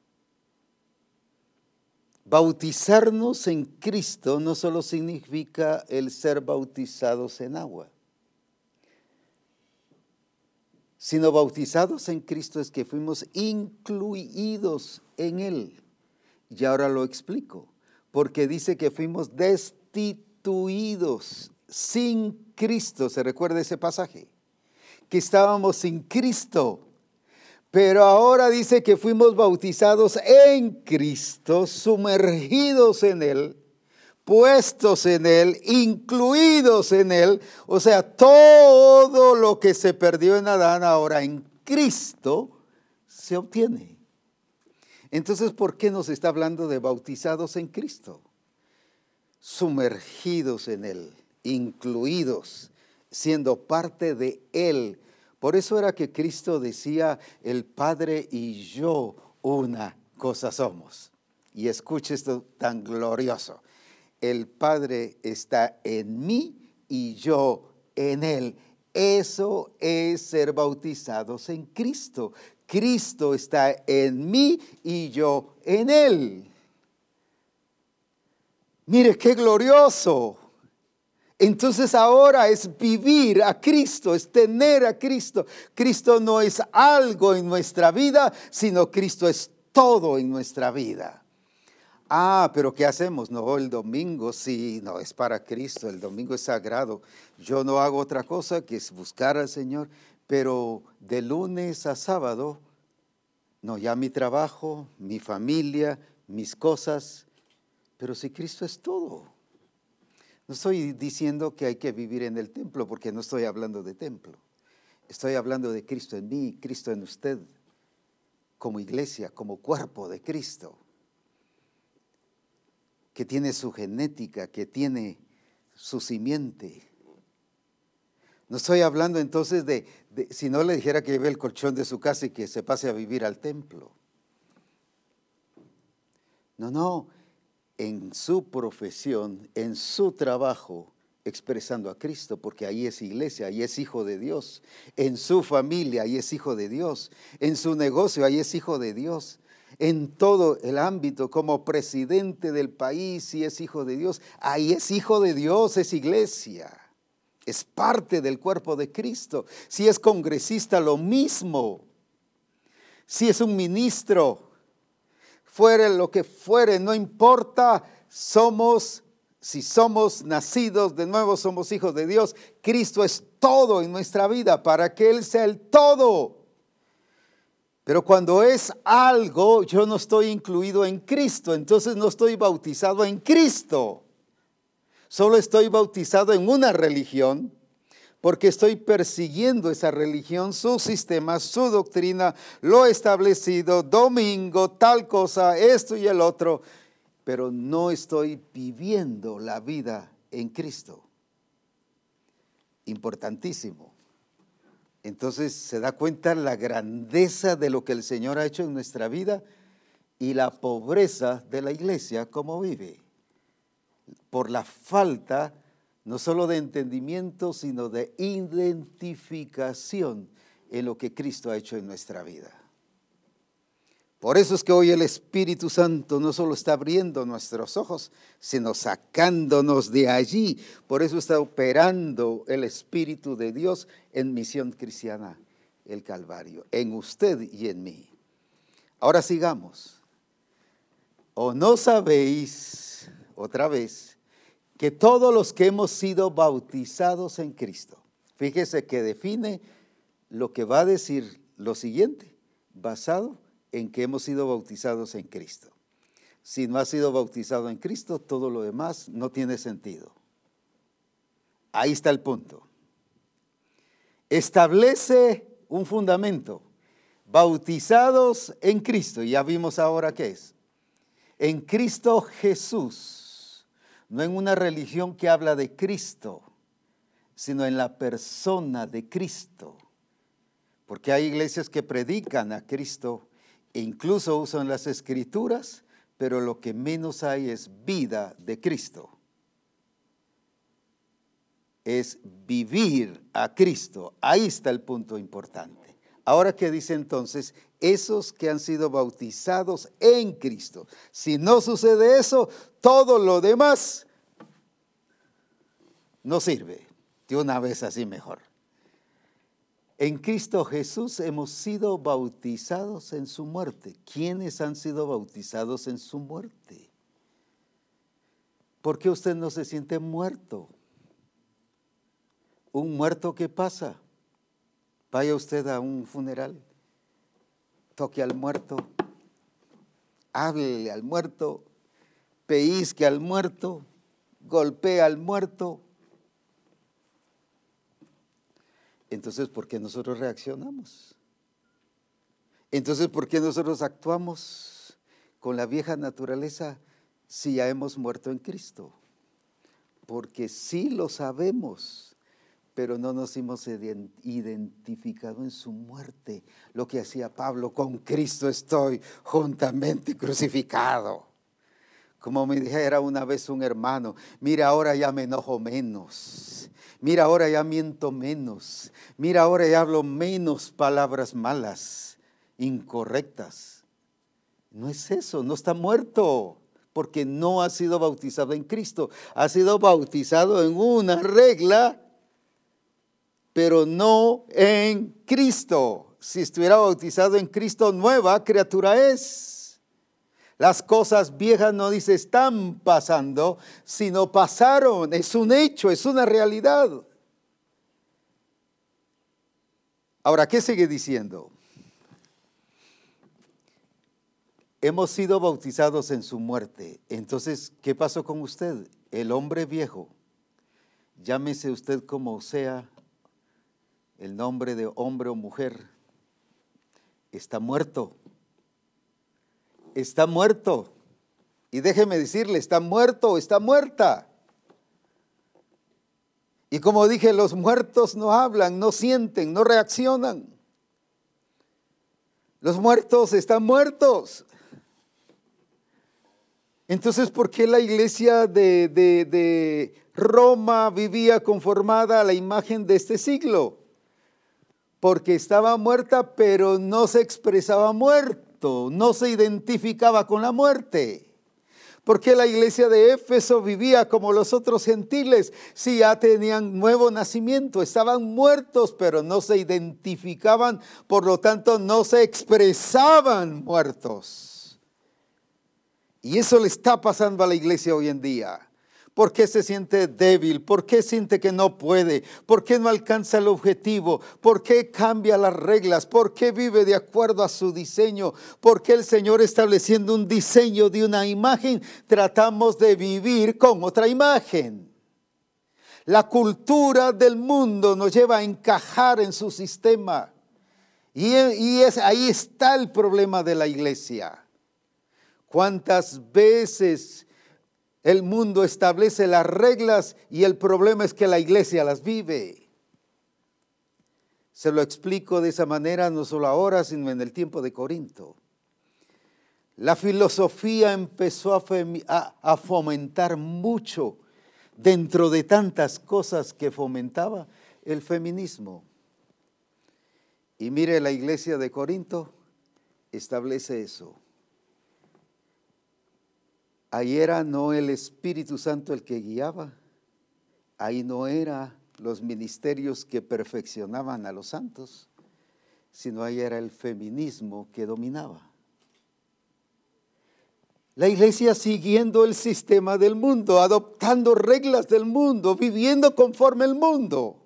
Bautizarnos en Cristo no solo significa el ser bautizados en agua, sino bautizados en Cristo es que fuimos incluidos en Él. Y ahora lo explico, porque dice que fuimos destituidos sin Cristo. ¿Se recuerda ese pasaje? Que estábamos sin Cristo. Pero ahora dice que fuimos bautizados en Cristo, sumergidos en Él, puestos en Él, incluidos en Él. O sea, todo lo que se perdió en Adán ahora en Cristo se obtiene. Entonces, ¿por qué nos está hablando de bautizados en Cristo? Sumergidos en Él, incluidos, siendo parte de Él. Por eso era que Cristo decía, el Padre y yo una cosa somos. Y escuche esto tan glorioso. El Padre está en mí y yo en Él. Eso es ser bautizados en Cristo. Cristo está en mí y yo en Él. Mire qué glorioso. Entonces ahora es vivir a Cristo, es tener a Cristo. Cristo no es algo en nuestra vida, sino Cristo es todo en nuestra vida. Ah, pero ¿qué hacemos? No, el domingo sí, no, es para Cristo, el domingo es sagrado. Yo no hago otra cosa que es buscar al Señor, pero de lunes a sábado, no, ya mi trabajo, mi familia, mis cosas, pero si Cristo es todo. No estoy diciendo que hay que vivir en el templo, porque no estoy hablando de templo. Estoy hablando de Cristo en mí, Cristo en usted, como iglesia, como cuerpo de Cristo, que tiene su genética, que tiene su simiente. No estoy hablando entonces de, de, si no le dijera que lleve el colchón de su casa y que se pase a vivir al templo. No, no. En su profesión, en su trabajo, expresando a Cristo, porque ahí es iglesia, ahí es hijo de Dios. En su familia, ahí es hijo de Dios. En su negocio, ahí es hijo de Dios. En todo el ámbito, como presidente del país, si es hijo de Dios, ahí es hijo de Dios, es iglesia. Es parte del cuerpo de Cristo. Si es congresista, lo mismo. si es un ministro, fuere lo que fuere, no importa, somos, si somos nacidos de nuevo, somos hijos de Dios. Cristo es todo en nuestra vida para que Él sea el todo. Pero cuando es algo, yo no estoy incluido en Cristo, entonces no estoy bautizado en Cristo. Solo estoy bautizado en una religión, porque estoy persiguiendo esa religión, su sistema, su doctrina, lo establecido, domingo, tal cosa, esto y el otro, pero no estoy viviendo la vida en Cristo. Importantísimo. Entonces se da cuenta la grandeza de lo que el Señor ha hecho en nuestra vida y la pobreza de la iglesia como vive. Por la falta no solo de entendimiento, sino de identificación en lo que Cristo ha hecho en nuestra vida. Por eso es que hoy el Espíritu Santo no solo está abriendo nuestros ojos, sino sacándonos de allí. Por eso está operando el Espíritu de Dios en Misión Cristiana, el Calvario, en usted y en mí. Ahora sigamos. ¿O no sabéis, otra vez, que todos los que hemos sido bautizados en Cristo? Fíjese que define lo que va a decir lo siguiente, basado en que hemos sido bautizados en Cristo. Si no has sido bautizado en Cristo, todo lo demás no tiene sentido. Ahí está el punto. Establece un fundamento. Bautizados en Cristo. Ya vimos ahora qué es. En Cristo Jesús. No en una religión que habla de Cristo, sino en la persona de Cristo. Porque hay iglesias que predican a Cristo, e incluso usan las Escrituras, pero lo que menos hay es vida de Cristo. Es vivir a Cristo. Ahí está el punto importante. Ahora, ¿qué dice entonces? Esos que han sido bautizados en Cristo. Si no sucede eso, todo lo demás no sirve. De una vez así mejor. En Cristo Jesús hemos sido bautizados en su muerte. ¿Quiénes han sido bautizados en su muerte? ¿Por qué usted no se siente muerto? ¿Un muerto qué pasa? Vaya usted a un funeral, toque al muerto, háblele al muerto, pellizque al muerto, golpee al muerto. Entonces, ¿por qué nosotros reaccionamos? Entonces, ¿por qué nosotros actuamos con la vieja naturaleza si ya hemos muerto en Cristo? Porque sí lo sabemos, pero no nos hemos identificado en su muerte. Lo que hacía Pablo, con Cristo estoy juntamente crucificado. Como me dijera una vez un hermano, mira, ahora ya me enojo menos. Mira, ahora ya miento menos. Mira, ahora ya hablo menos palabras malas, incorrectas. No es eso, no está muerto, porque no ha sido bautizado en Cristo. Ha sido bautizado en una regla, pero no en Cristo. Si estuviera bautizado en Cristo, nueva criatura es. Las cosas viejas no dice están pasando, sino pasaron. Es un hecho, es una realidad. Ahora, ¿qué sigue diciendo? Hemos sido bautizados en su muerte. Entonces, ¿qué pasó con usted? El hombre viejo, llámese usted como sea, el nombre de hombre o mujer, está muerto. Está muerto. Y déjeme decirle, está muerto o está muerta. Y como dije, los muertos no hablan, no sienten, no reaccionan. Los muertos están muertos. Entonces, ¿por qué la iglesia de, de, de Roma vivía conformada a la imagen de este siglo? Porque estaba muerta, pero no se expresaba muerto. No se identificaba con la muerte. ¿Por qué la iglesia de Éfeso vivía como los otros gentiles? Si ya tenían nuevo nacimiento, estaban muertos, pero no se identificaban, por lo tanto no se expresaban muertos. Y eso le está pasando a la iglesia hoy en día. ¿Por qué se siente débil? ¿Por qué siente que no puede? ¿Por qué no alcanza el objetivo? ¿Por qué cambia las reglas? ¿Por qué vive de acuerdo a su diseño? ¿Por qué el Señor estableciendo un diseño de una imagen, tratamos de vivir con otra imagen? La cultura del mundo nos lleva a encajar en su sistema. Y, y es, ahí está el problema de la iglesia. ¿Cuántas veces el mundo establece las reglas y el problema es que la iglesia las vive? Se lo explico de esa manera no solo ahora, sino en el tiempo de Corinto. La filosofía empezó a, a, a fomentar mucho dentro de tantas cosas que fomentaba el feminismo. Y mire, la iglesia de Corinto establece eso. Ahí era no el Espíritu Santo el que guiaba, ahí no eran los ministerios que perfeccionaban a los santos, sino ahí era el feminismo que dominaba. La iglesia siguiendo el sistema del mundo, adoptando reglas del mundo, viviendo conforme el mundo.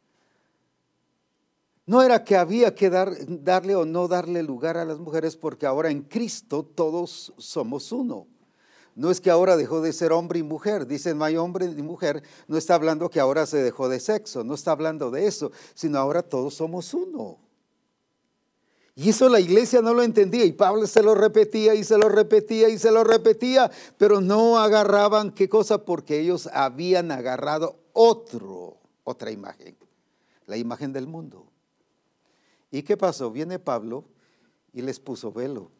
No era que había que dar, darle o no darle lugar a las mujeres, porque ahora en Cristo todos somos uno. No es que ahora dejó de ser hombre y mujer, dicen no hay hombre y mujer, no está hablando que ahora se dejó de sexo, no está hablando de eso, sino ahora todos somos uno. Y eso la iglesia no lo entendía y Pablo se lo repetía y se lo repetía y se lo repetía, pero no agarraban qué cosa, porque ellos habían agarrado otro, otra imagen, la imagen del mundo. ¿Y qué pasó? Viene Pablo y les puso velo.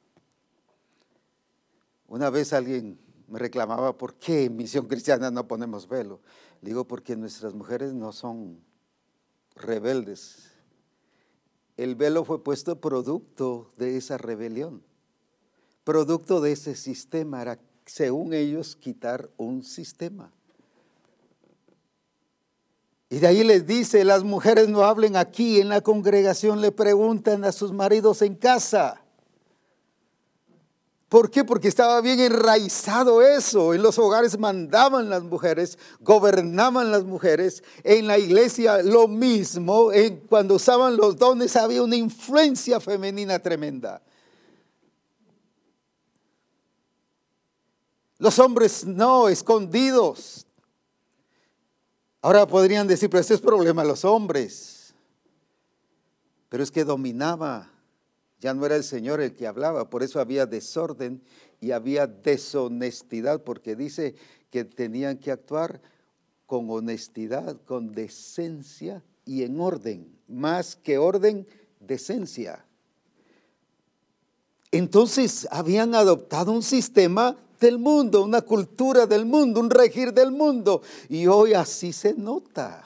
Una vez alguien me reclamaba, ¿por qué en Misión Cristiana no ponemos velo? Le digo, porque nuestras mujeres no son rebeldes. El velo fue puesto producto de esa rebelión, producto de ese sistema, era, según ellos, quitar un sistema. Y de ahí les dice, las mujeres no hablen aquí en la congregación, le preguntan a sus maridos en casa. ¿Por qué? Porque estaba bien enraizado eso. En los hogares mandaban las mujeres, gobernaban las mujeres. En la iglesia lo mismo. En, cuando usaban los dones había una influencia femenina tremenda. Los hombres no, escondidos. Ahora podrían decir, pero este es problema de los hombres. Pero es que dominaba. Ya no era el Señor el que hablaba, por eso había desorden y había deshonestidad, porque dice que tenían que actuar con honestidad, con decencia y en orden, más que orden, decencia. Entonces habían adoptado un sistema del mundo, una cultura del mundo, un regir del mundo, y hoy así se nota.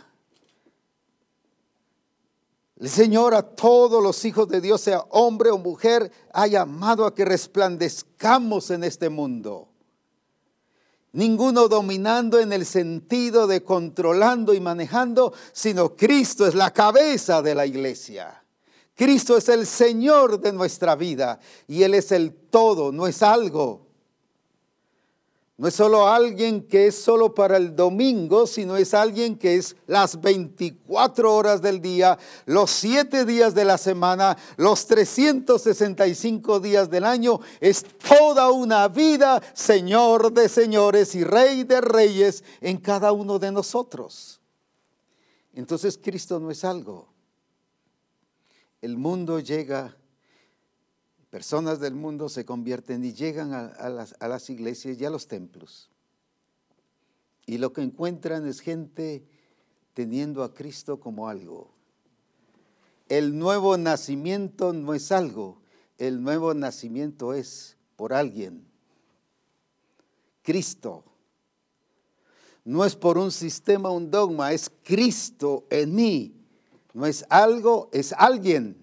El Señor a todos los hijos de Dios, sea hombre o mujer, ha llamado a que resplandezcamos en este mundo. Ninguno dominando en el sentido de controlando y manejando, sino Cristo es la cabeza de la iglesia. Cristo es el Señor de nuestra vida y Él es el todo, no es algo. No es solo alguien que es solo para el domingo, sino es alguien que es las veinticuatro horas del día, los siete días de la semana, los trescientos sesenta y cinco días del año. Es toda una vida, Señor de señores y Rey de reyes en cada uno de nosotros. Entonces Cristo no es algo. El mundo llega, personas del mundo se convierten y llegan a, a, las, a las iglesias y a los templos. Y lo que encuentran es gente teniendo a Cristo como algo. El nuevo nacimiento no es algo, el nuevo nacimiento es por alguien. Cristo. No es por un sistema, un dogma, es Cristo en mí. No es algo, es alguien.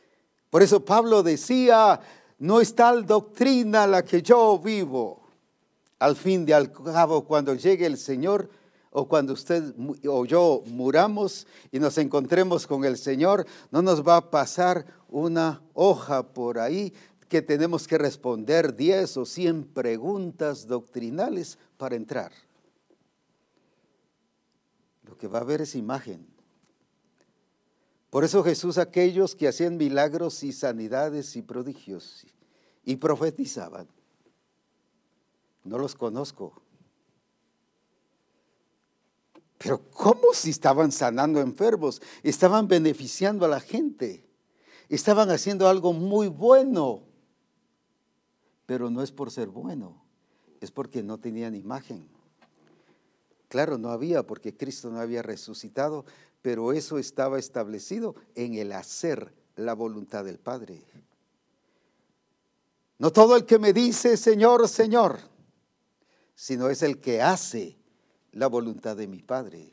Por eso Pablo decía, no es tal doctrina la que yo vivo. al fin de al cabo, cuando llegue el Señor, o cuando usted o yo muramos y nos encontremos con el Señor, no nos va a pasar una hoja por ahí que tenemos que responder diez o cien preguntas doctrinales para entrar. Lo que va a haber es imagen. Por eso Jesús, aquellos que hacían milagros y sanidades y prodigios y profetizaban, no los conozco. Pero ¿cómo si estaban sanando enfermos? Estaban beneficiando a la gente. Estaban haciendo algo muy bueno. Pero no es por ser bueno, es porque no tenían imagen. Claro, no había, porque Cristo no había resucitado, pero eso estaba establecido en el hacer la voluntad del Padre. No todo el que me dice Señor, Señor, sino es el que hace la voluntad de mi Padre.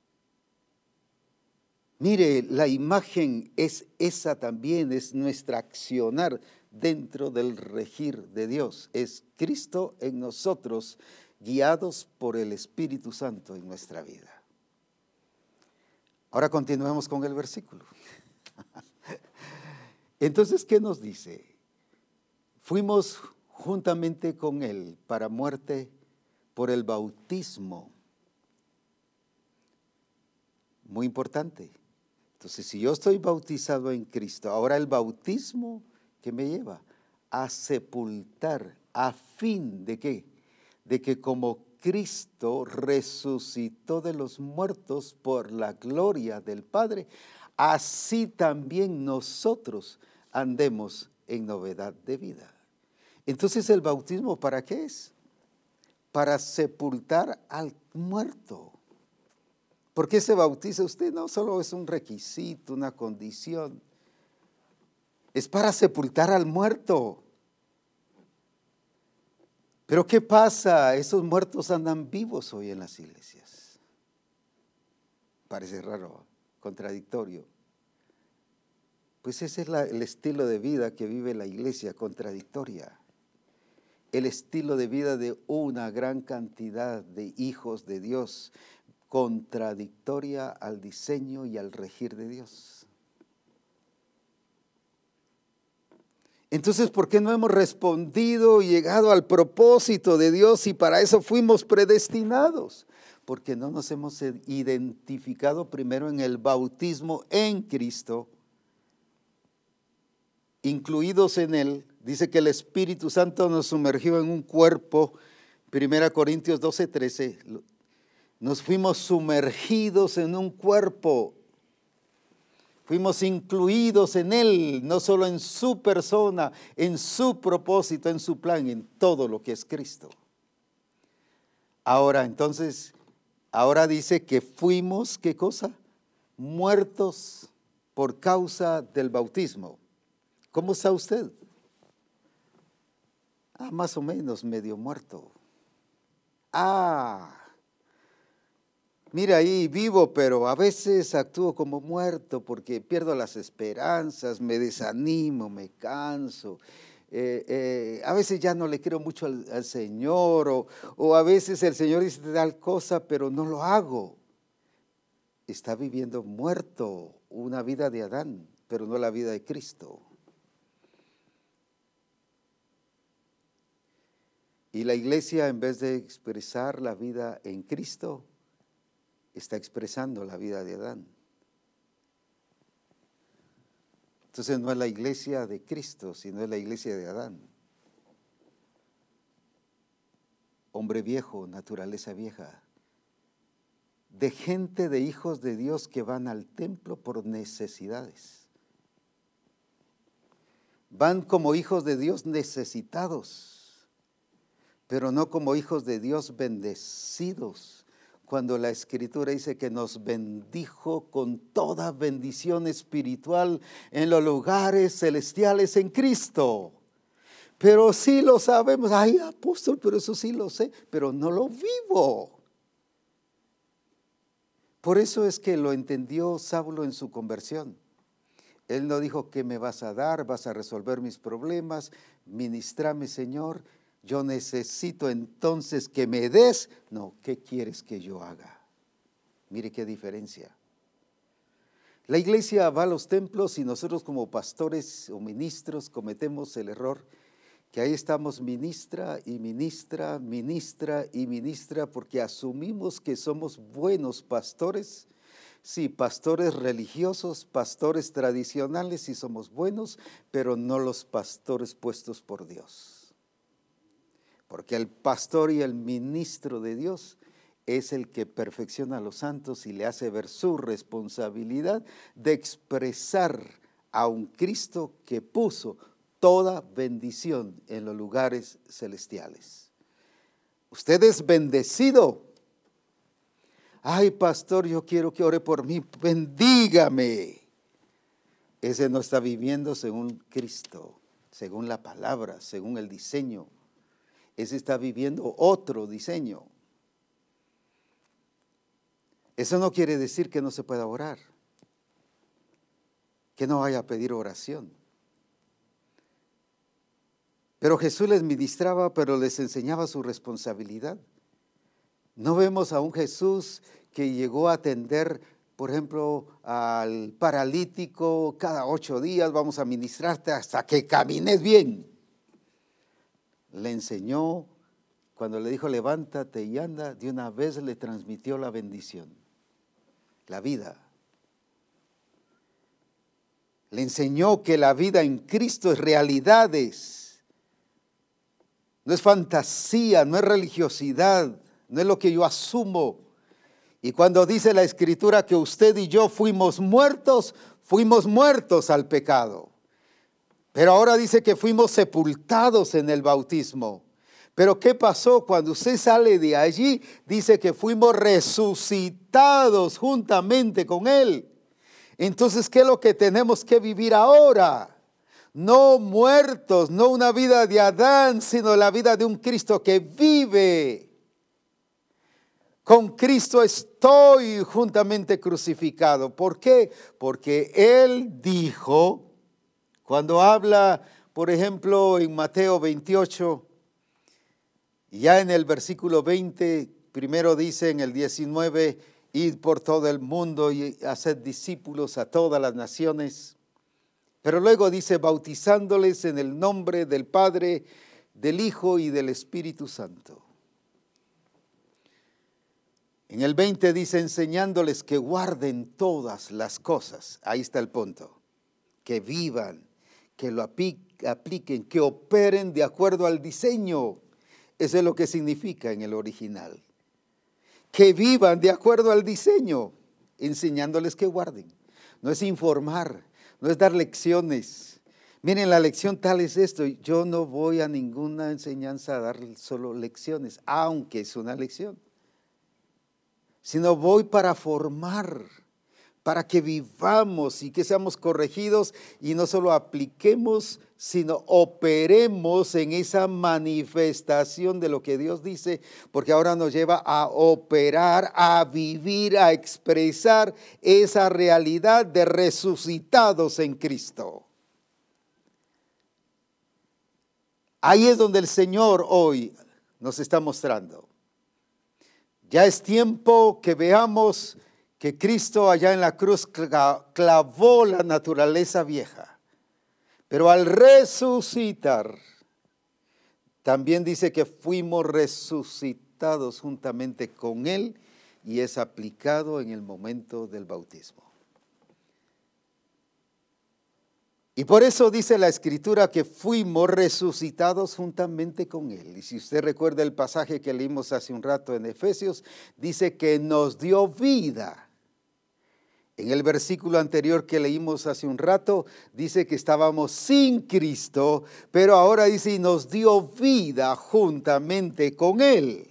Mire, la imagen es esa también, es nuestra accionar dentro del regir de Dios. Es Cristo en nosotros, guiados por el Espíritu Santo en nuestra vida. Ahora continuemos con el versículo. Entonces, ¿qué nos dice? Fuimos juntamente con Él para muerte por el bautismo. Muy importante. Entonces, si yo estoy bautizado en Cristo, ahora el bautismo que me lleva a sepultar, a fin de qué? De que como Cristo resucitó de los muertos por la gloria del Padre, así también nosotros andemos en novedad de vida. Entonces, ¿el bautismo para qué es? Para sepultar al muerto. ¿Por qué se bautiza usted? No solo es un requisito, una condición. Es para sepultar al muerto. Pero ¿qué pasa? Esos muertos andan vivos hoy en las iglesias. Parece raro, contradictorio. Pues ese es la, el estilo de vida que vive la iglesia, contradictoria. El estilo de vida de una gran cantidad de hijos de Dios, contradictoria al diseño y al regir de Dios. Entonces, ¿por qué no hemos respondido y llegado al propósito de Dios y para eso fuimos predestinados? Porque no nos hemos identificado primero en el bautismo en Cristo, incluidos en Él. Dice que el Espíritu Santo nos sumergió en un cuerpo, primera Corintios doce, trece. Nos fuimos sumergidos en un cuerpo. Fuimos incluidos en Él, no solo en su persona, en su propósito, en su plan, en todo lo que es Cristo. Ahora, entonces, ahora dice que fuimos, ¿qué cosa? Muertos por causa del bautismo. ¿Cómo está usted? Ah, más o menos medio muerto. Ah, mira, ahí vivo, pero a veces actúo como muerto porque pierdo las esperanzas, me desanimo, me canso. Eh, eh, a veces ya no le creo mucho al, al Señor, o, o a veces el Señor dice tal cosa, pero no lo hago. Está viviendo muerto, una vida de Adán, pero no la vida de Cristo. Y la iglesia, en vez de expresar la vida en Cristo, está expresando la vida de Adán. Entonces no es la iglesia de Cristo, sino es la iglesia de Adán. Hombre viejo, naturaleza vieja. De gente, de hijos de Dios que van al templo por necesidades. Van como hijos de Dios necesitados, pero no como hijos de Dios bendecidos. Cuando la Escritura dice que nos bendijo con toda bendición espiritual en los lugares celestiales en Cristo. Pero sí lo sabemos, ay apóstol, pero eso sí lo sé, pero no lo vivo. Por eso es que lo entendió Saulo en su conversión. Él no dijo, ¿qué me vas a dar? ¿Vas a resolver mis problemas? Ministrame, Señor. Yo necesito entonces que me des. No, ¿qué quieres que yo haga? Mire qué diferencia. La iglesia va a los templos y nosotros como pastores o ministros cometemos el error que ahí estamos ministra y ministra, ministra y ministra, porque asumimos que somos buenos pastores. Sí, pastores religiosos, pastores tradicionales, sí somos buenos, pero no los pastores puestos por Dios. Porque el pastor y el ministro de Dios es el que perfecciona a los santos y le hace ver su responsabilidad de expresar a un Cristo que puso toda bendición en los lugares celestiales. Usted es bendecido. Ay, pastor, yo quiero que ore por mí, bendígame. Ese no está viviendo según Cristo, según la palabra, según el diseño. Ese está viviendo otro diseño. Eso no quiere decir que no se pueda orar, que no vaya a pedir oración. Pero Jesús les ministraba, pero les enseñaba su responsabilidad. No vemos a un Jesús que llegó a atender, por ejemplo, al paralítico cada ocho días, vamos a ministrarte hasta que camines bien. Le enseñó, cuando le dijo levántate y anda, de una vez le transmitió la bendición, la vida. Le enseñó que la vida en Cristo es realidades. No es fantasía, no es religiosidad, no es lo que yo asumo. Y cuando dice la Escritura que usted y yo fuimos muertos, fuimos muertos al pecado. Pero ahora dice que fuimos sepultados en el bautismo. Pero ¿qué pasó? Cuando usted sale de allí, dice que fuimos resucitados juntamente con Él. Entonces, ¿qué es lo que tenemos que vivir ahora? No muertos, no una vida de Adán, sino la vida de un Cristo que vive. Con Cristo estoy juntamente crucificado. ¿Por qué? Porque Él dijo, cuando habla, por ejemplo, en Mateo veintiocho, ya en el versículo veinte, primero dice en el diecinueve, id por todo el mundo y haced discípulos a todas las naciones. Pero luego dice, bautizándoles en el nombre del Padre, del Hijo y del Espíritu Santo. En el veinte dice, enseñándoles que guarden todas las cosas. Ahí está el punto. Que vivan, que lo apliquen, que operen de acuerdo al diseño. Eso es lo que significa en el original. Que vivan de acuerdo al diseño, enseñándoles que guarden. No es informar. No es dar lecciones. Miren, la lección tal es esto. Yo no voy a ninguna enseñanza a dar solo lecciones, aunque es una lección. Sino voy para formar, para que vivamos y que seamos corregidos y no solo apliquemos, sino operemos en esa manifestación de lo que Dios dice, porque ahora nos lleva a operar, a vivir, a expresar esa realidad de resucitados en Cristo. Ahí es donde el Señor hoy nos está mostrando. Ya es tiempo que veamos que Cristo allá en la cruz clavó la naturaleza vieja. Pero al resucitar, también dice que fuimos resucitados juntamente con Él y es aplicado en el momento del bautismo. Y por eso dice la Escritura que fuimos resucitados juntamente con Él. Y si usted recuerda el pasaje que leímos hace un rato en Efesios, dice que nos dio vida. En el versículo anterior que leímos hace un rato, dice que estábamos sin Cristo, pero ahora dice y nos dio vida juntamente con Él.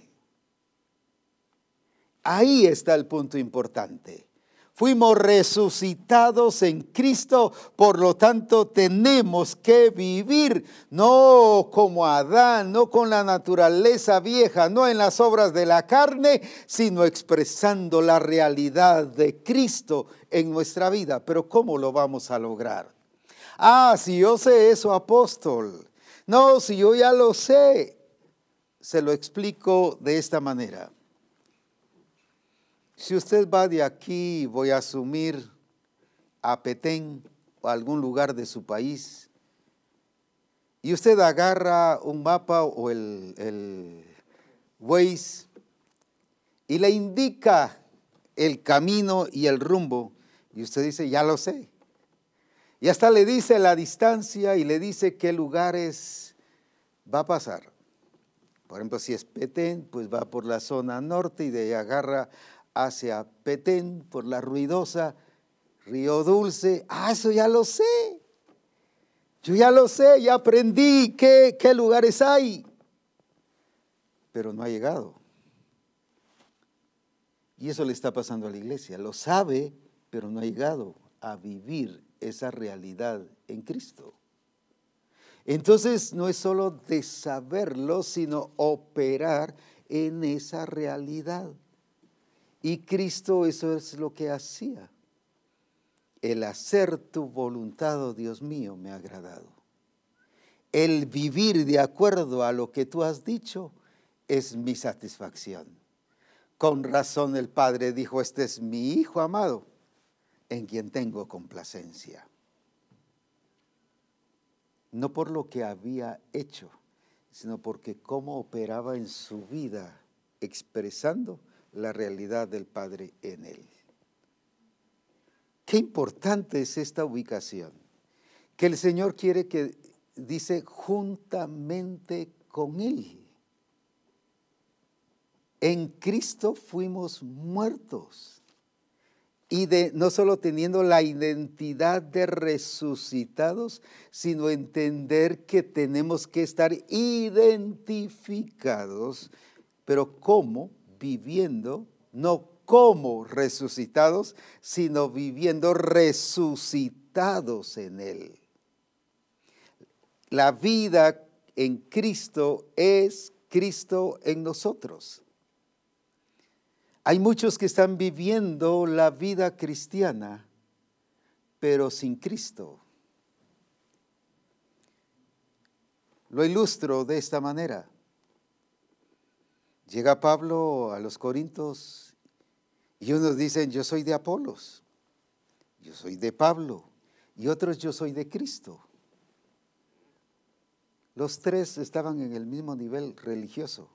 Ahí está el punto importante. Fuimos resucitados en Cristo, por lo tanto tenemos que vivir no como Adán, no con la naturaleza vieja, no en las obras de la carne, sino expresando la realidad de Cristo en nuestra vida. Pero ¿cómo lo vamos a lograr? Ah, si yo sé eso, apóstol. No, si yo ya lo sé. se lo explico de esta manera. Si usted va de aquí, voy a asumir a Petén o a algún lugar de su país, y usted agarra un mapa o el, el Waze y le indica el camino y el rumbo, y usted dice, ya lo sé. Y hasta le dice la distancia y le dice qué lugares va a pasar. Por ejemplo, si es Petén, pues va por la zona norte y de ahí agarra hacia Petén por la ruidosa Río Dulce. Ah, eso ya lo sé. Yo ya lo sé, ya aprendí qué, qué lugares hay. Pero no ha llegado. Y eso le está pasando a la iglesia. Lo sabe, pero no ha llegado a vivir esa realidad en Cristo. Entonces no es solo de saberlo, sino operar en esa realidad. Y Cristo eso es lo que hacía. El hacer tu voluntad, oh Dios mío, me ha agradado. El vivir de acuerdo a lo que tú has dicho es mi satisfacción. Con razón el Padre dijo, este es mi Hijo amado, en quien tengo complacencia. No por lo que había hecho, sino porque cómo operaba en su vida, expresando la realidad del Padre en él. Qué importante es esta ubicación, que el Señor quiere que, dice, juntamente con Él. En Cristo fuimos muertos. Y de, no solo teniendo la identidad de resucitados, sino entender que tenemos que estar identificados, pero ¿cómo? Viviendo, no como resucitados, sino viviendo resucitados en Él. La vida en Cristo es Cristo en nosotros. Hay muchos que están viviendo la vida cristiana, pero sin Cristo. Lo ilustro de esta manera. Llega Pablo a los Corintios y unos dicen, yo soy de Apolos, yo soy de Pablo, y otros, yo soy de Cristo. Los tres estaban en el mismo nivel religioso.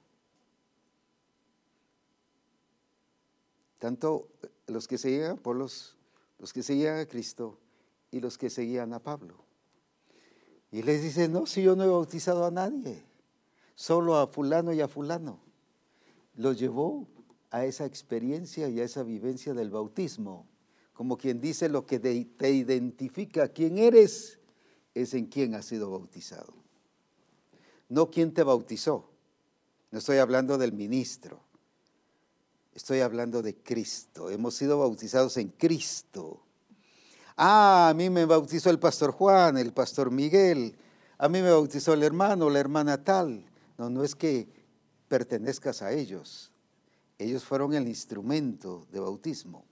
Tanto los que seguían a Apolos, los que seguían a Cristo y los que seguían a Pablo. Y les dice, no, si yo no he bautizado a nadie, solo a fulano y a fulano. Los llevó a esa experiencia y a esa vivencia del bautismo. Como quien dice, lo que te identifica quién eres es en quién has sido bautizado. No quién te bautizó. No estoy hablando del ministro. Estoy hablando de Cristo. Hemos sido bautizados en Cristo. Ah, a mí me bautizó el pastor Juan, el pastor Miguel. A mí me bautizó el hermano, la hermana tal. No, no es que pertenezcas a ellos. Ellos fueron el instrumento de bautismo.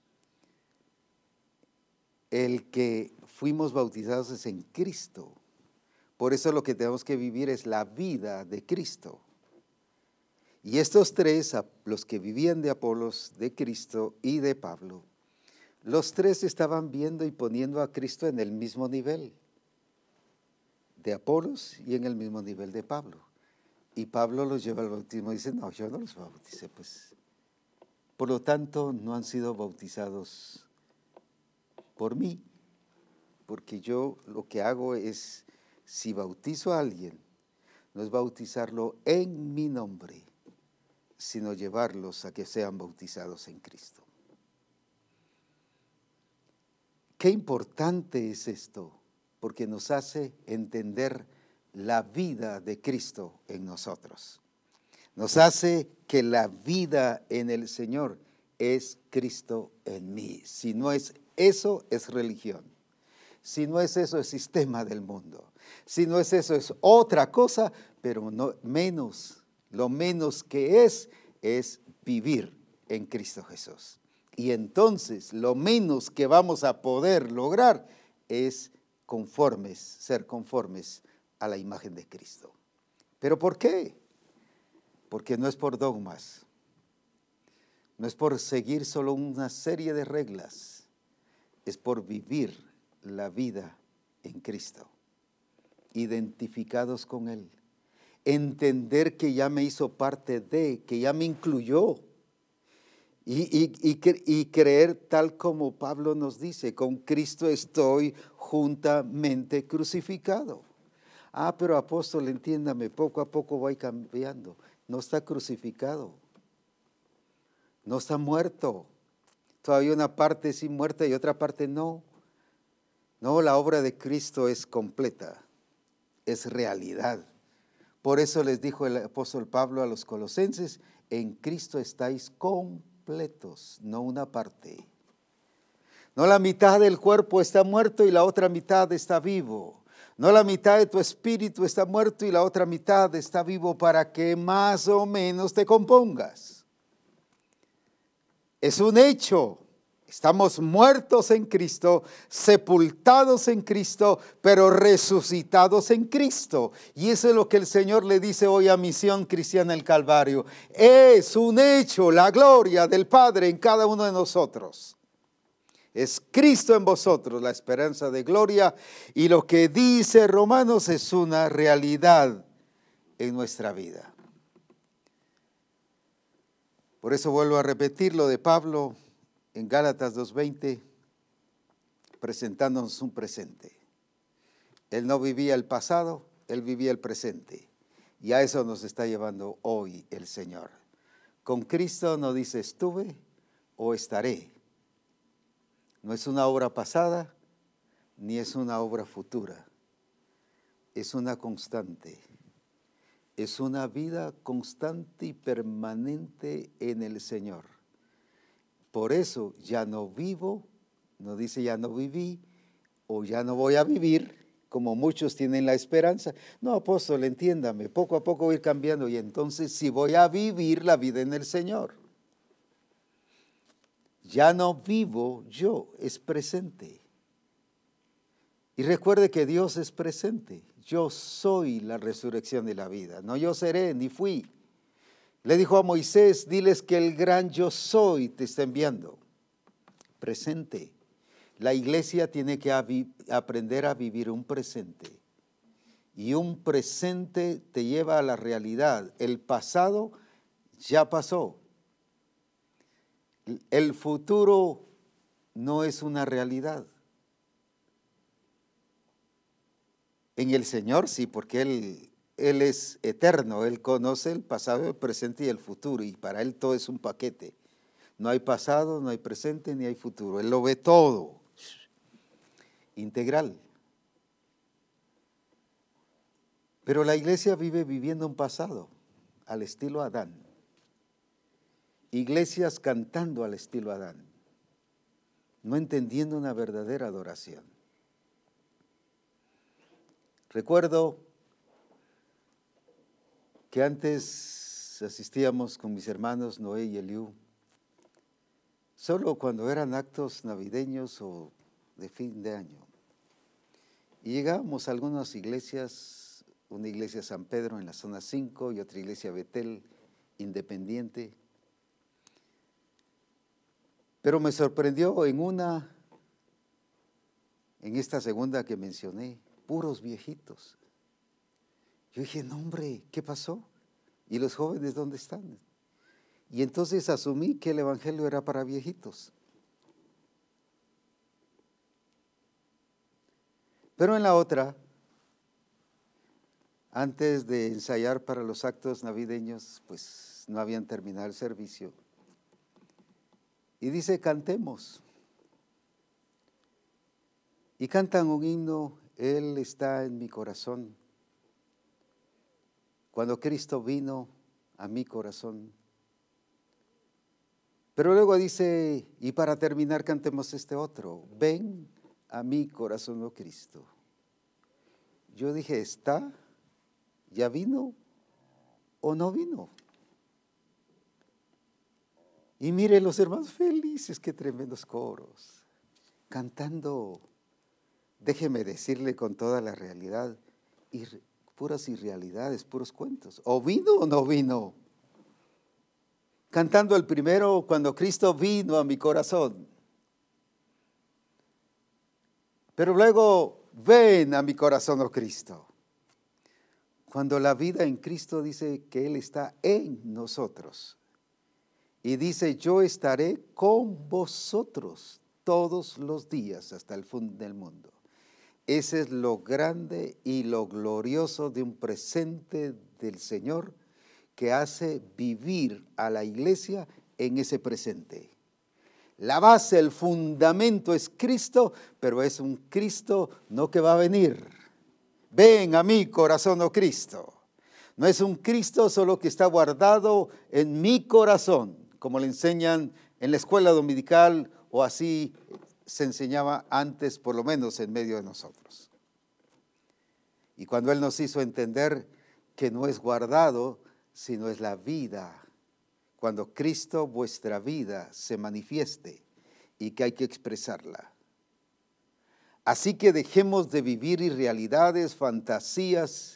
El que fuimos bautizados es en Cristo. Por eso lo que tenemos que vivir es la vida de Cristo. Y estos tres, los que vivían de Apolos, de Cristo y de Pablo, los tres estaban viendo y poniendo a Cristo en el mismo nivel de Apolos y en el mismo nivel de Pablo. Y Pablo los lleva al bautismo y dice, no, yo no los bauticé, pues. Por lo tanto, no han sido bautizados por mí, porque yo lo que hago es, si bautizo a alguien, no es bautizarlo en mi nombre, sino llevarlos a que sean bautizados en Cristo. Qué importante es esto, porque nos hace entender la vida de Cristo en nosotros. Nos hace que la vida en el Señor es Cristo en mí. Si no es eso, es religión. Si no es eso, es sistema del mundo. Si no es eso, es otra cosa, pero no menos. Lo menos que es, es vivir en Cristo Jesús. Y entonces lo menos que vamos a poder lograr es conformes, ser conformes a la imagen de Cristo. ¿Pero por qué? porque no es por dogmas, no es por seguir solo una serie de reglas, es por vivir la vida en Cristo, identificados con Él, entender que ya me hizo parte de, que ya me incluyó, y, y, y, y creer tal como Pablo nos dice, con Cristo estoy juntamente crucificado. Ah, pero apóstol, entiéndame, poco a poco voy cambiando. No está crucificado, no está muerto. Todavía una parte sí muerta y otra parte no. No, la obra de Cristo es completa, es realidad. Por eso les dijo el apóstol Pablo a los colosenses, en Cristo estáis completos, no una parte. No la mitad del cuerpo está muerto y la otra mitad está vivo. No la mitad de tu espíritu está muerto y la otra mitad está vivo para que más o menos te compongas. Es un hecho. Estamos muertos en Cristo, sepultados en Cristo, pero resucitados en Cristo. Y eso es lo que el Señor le dice hoy a Misión Cristiana del Calvario. Es un hecho, la gloria del Padre en cada uno de nosotros. Es Cristo en vosotros, la esperanza de gloria. Y lo que dice Romanos es una realidad en nuestra vida. Por eso vuelvo a repetir lo de Pablo en Gálatas dos veinte, presentándonos un presente. Él no vivía el pasado, él vivía el presente. Y a eso nos está llevando hoy el Señor. Con Cristo no dice estuve o estaré. No es una obra pasada, ni es una obra futura. Es una constante. Es una vida constante y permanente en el Señor. Por eso ya no vivo, no dice ya no viví, o ya no voy a vivir, como muchos tienen la esperanza. No, apóstol, entiéndame, poco a poco voy a ir cambiando, y entonces sí voy a vivir la vida en el Señor. Ya no vivo yo, es presente. Y recuerde que Dios es presente. Yo soy la resurrección de la vida, no yo seré, ni fui. Le dijo a Moisés, diles que el gran yo soy te está enviando. Presente. La iglesia tiene que aprender a vivir un presente. Y un presente te lleva a la realidad. El pasado ya pasó. El futuro no es una realidad. En el Señor sí, porque Él... Él es eterno, Él conoce el pasado, el presente y el futuro, y para Él todo es un paquete. No hay pasado, no hay presente, ni hay futuro. Él lo ve todo, integral. Pero la iglesia vive viviendo un pasado, al estilo Adán. Iglesias cantando al estilo Adán, no entendiendo una verdadera adoración. Recuerdo que antes asistíamos con mis hermanos Noé y Eliú, solo cuando eran actos navideños o de fin de año. Y llegábamos a algunas iglesias, una iglesia San Pedro en la zona cinco y otra iglesia Betel, independiente. Pero me sorprendió en una, en esta segunda que mencioné, puros viejitos. Yo dije, no hombre, ¿qué pasó? ¿Y los jóvenes dónde están? Y entonces asumí que el evangelio era para viejitos. Pero en la otra, antes de ensayar para los actos navideños, pues no habían terminado el servicio. Y dice, cantemos. Y cantan un himno, Él está en mi corazón. Cuando Cristo vino a mi corazón. Pero luego dice, y para terminar cantemos este otro, ven a mi corazón, oh Cristo. Yo dije, ¿está? ¿Ya vino o no vino? Y mire los hermanos felices, qué tremendos coros, cantando, déjeme decirle con toda la realidad, y puras irrealidades, puros cuentos. ¿O vino o no vino? cantando el primero, cuando Cristo vino a mi corazón. Pero luego, ven a mi corazón, oh Cristo. Cuando la vida en Cristo dice que Él está en nosotros. Y dice, yo estaré con vosotros todos los días hasta el fin del mundo. Ese es lo grande y lo glorioso de un presente del Señor que hace vivir a la iglesia en ese presente. La base, el fundamento es Cristo, pero es un Cristo no que va a venir. Ven a mí, corazón, oh Cristo. No es un Cristo solo que está guardado en mi corazón, como le enseñan en la escuela dominical o así se enseñaba antes, por lo menos en medio de nosotros. Y cuando Él nos hizo entender que no es guardado, sino es la vida, cuando Cristo, vuestra vida, se manifieste y que hay que expresarla. Así que dejemos de vivir irrealidades, fantasías,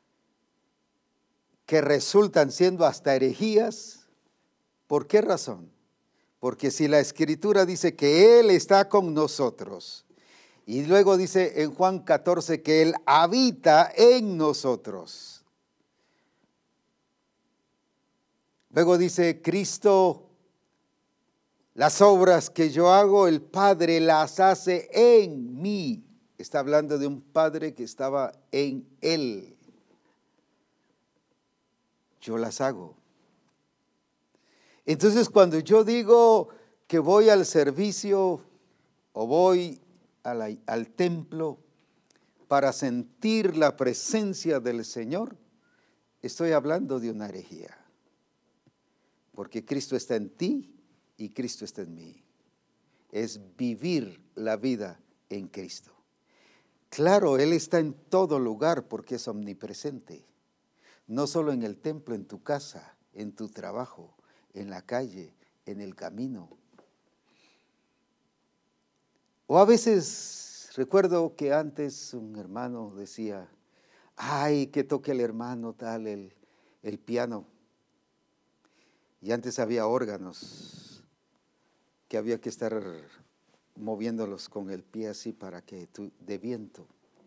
que resultan siendo hasta herejías. ¿Por qué razón? Porque si la Escritura dice que Él está con nosotros, y luego dice en Juan catorce que Él habita en nosotros. Luego dice Cristo, las obras que yo hago, el Padre las hace en mí. Está hablando de un Padre que estaba en Él. Yo las hago. Entonces, cuando yo digo que voy al servicio o voy a la, al templo para sentir la presencia del Señor, estoy hablando de una herejía. Porque Cristo está en ti y Cristo está en mí. Es vivir la vida en Cristo. Claro, Él está en todo lugar porque es omnipresente. No solo en el templo, en tu casa, en tu trabajo, en la calle, en el camino. O a veces recuerdo que antes un hermano decía, ay, que toque el hermano tal el, el piano. Y antes había órganos que había que estar moviéndolos con el pie así para que tu, de viento.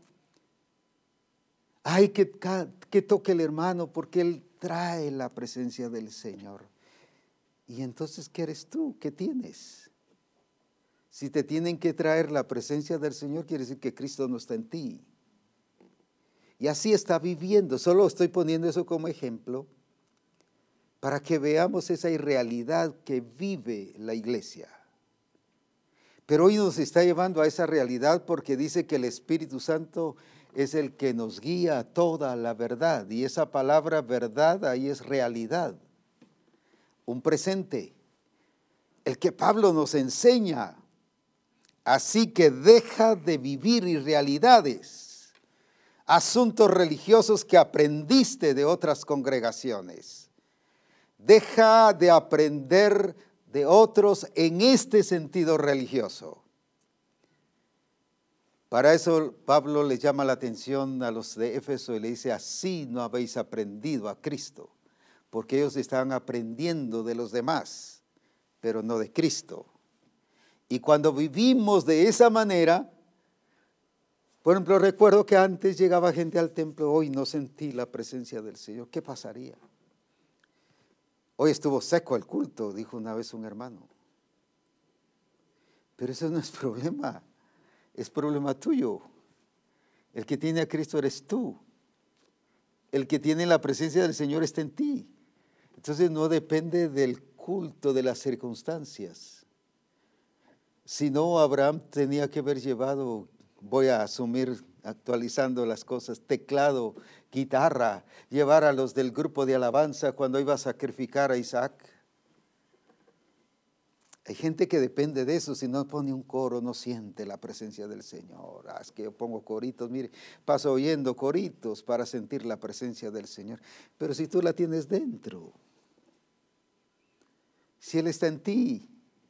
Ay, que, que toque el hermano porque él trae la presencia del Señor. Y entonces, ¿qué eres tú? ¿Qué tienes? Si te tienen que traer la presencia del Señor, quiere decir que Cristo no está en ti. Y así está viviendo. Solo estoy poniendo eso como ejemplo para que veamos esa irrealidad que vive la iglesia. Pero hoy nos está llevando a esa realidad porque dice que el Espíritu Santo es el que nos guía a toda la verdad. Y esa palabra verdad ahí es realidad. Un presente, el que Pablo nos enseña. Así que deja de vivir irrealidades, asuntos religiosos que aprendiste de otras congregaciones. Deja de aprender de otros en este sentido religioso. Para eso Pablo le llama la atención a los de Éfeso y le dice, así no habéis aprendido a Cristo. Porque ellos estaban aprendiendo de los demás, pero no de Cristo. Y cuando vivimos de esa manera, por ejemplo, recuerdo que antes llegaba gente al templo, hoy no sentí la presencia del Señor. ¿Qué pasaría? Hoy estuvo seco el culto, dijo una vez un hermano. Pero eso no es problema, es problema tuyo. El que tiene a Cristo eres tú. El que tiene la presencia del Señor está en ti. Entonces no depende del culto, de las circunstancias. Si no, Abraham tenía que haber llevado, voy a asumir actualizando las cosas, teclado, guitarra, llevar a los del grupo de alabanza cuando iba a sacrificar a Isaac. Hay gente que depende de eso, si no pone un coro no siente la presencia del Señor. Ah, es que yo pongo coritos, mire, paso oyendo coritos para sentir la presencia del Señor. Pero si tú la tienes dentro, si Él está en ti,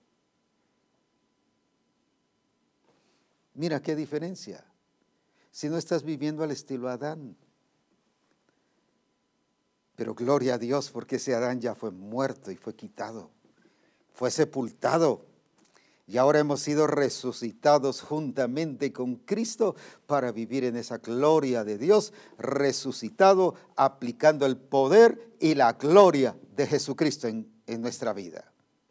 mira qué diferencia. Si no estás viviendo al estilo Adán. Pero gloria a Dios porque ese Adán ya fue muerto y fue quitado, fue sepultado. Y ahora hemos sido resucitados juntamente con Cristo para vivir en esa gloria de Dios, resucitado, aplicando el poder y la gloria de Jesucristo en, en nuestra vida.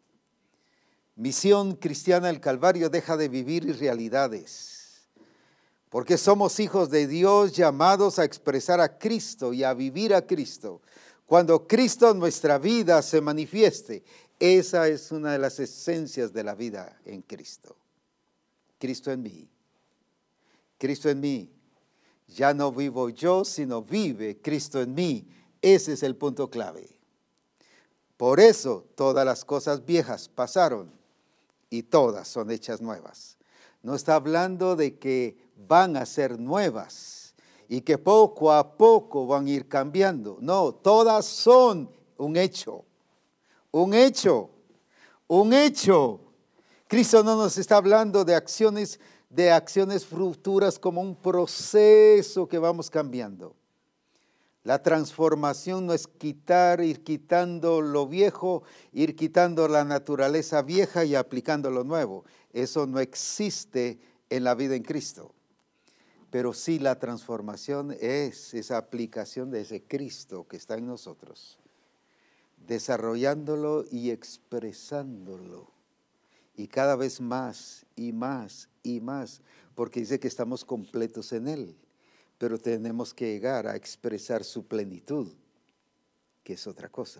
Misión Cristiana del Calvario deja de vivir irrealidades, porque somos hijos de Dios llamados a expresar a Cristo y a vivir a Cristo. Cuando Cristo en nuestra vida se manifieste, esa es una de las esencias de la vida en Cristo. Cristo en mí. Cristo en mí. Ya no vivo yo, sino vive Cristo en mí. Ese es el punto clave. Por eso todas las cosas viejas pasaron y todas son hechas nuevas. No está hablando de que van a ser nuevas y que poco a poco van a ir cambiando. No, todas son un hecho. Un hecho, un hecho. Cristo no nos está hablando de acciones, de acciones futuras como un proceso que vamos cambiando. La transformación no es quitar, ir quitando lo viejo, ir quitando la naturaleza vieja y aplicando lo nuevo. Eso no existe en la vida en Cristo. Pero sí la transformación es esa aplicación de ese Cristo que está en nosotros, desarrollándolo y expresándolo, y cada vez más y más y más, porque dice que estamos completos en Él, pero tenemos que llegar a expresar su plenitud, que es otra cosa.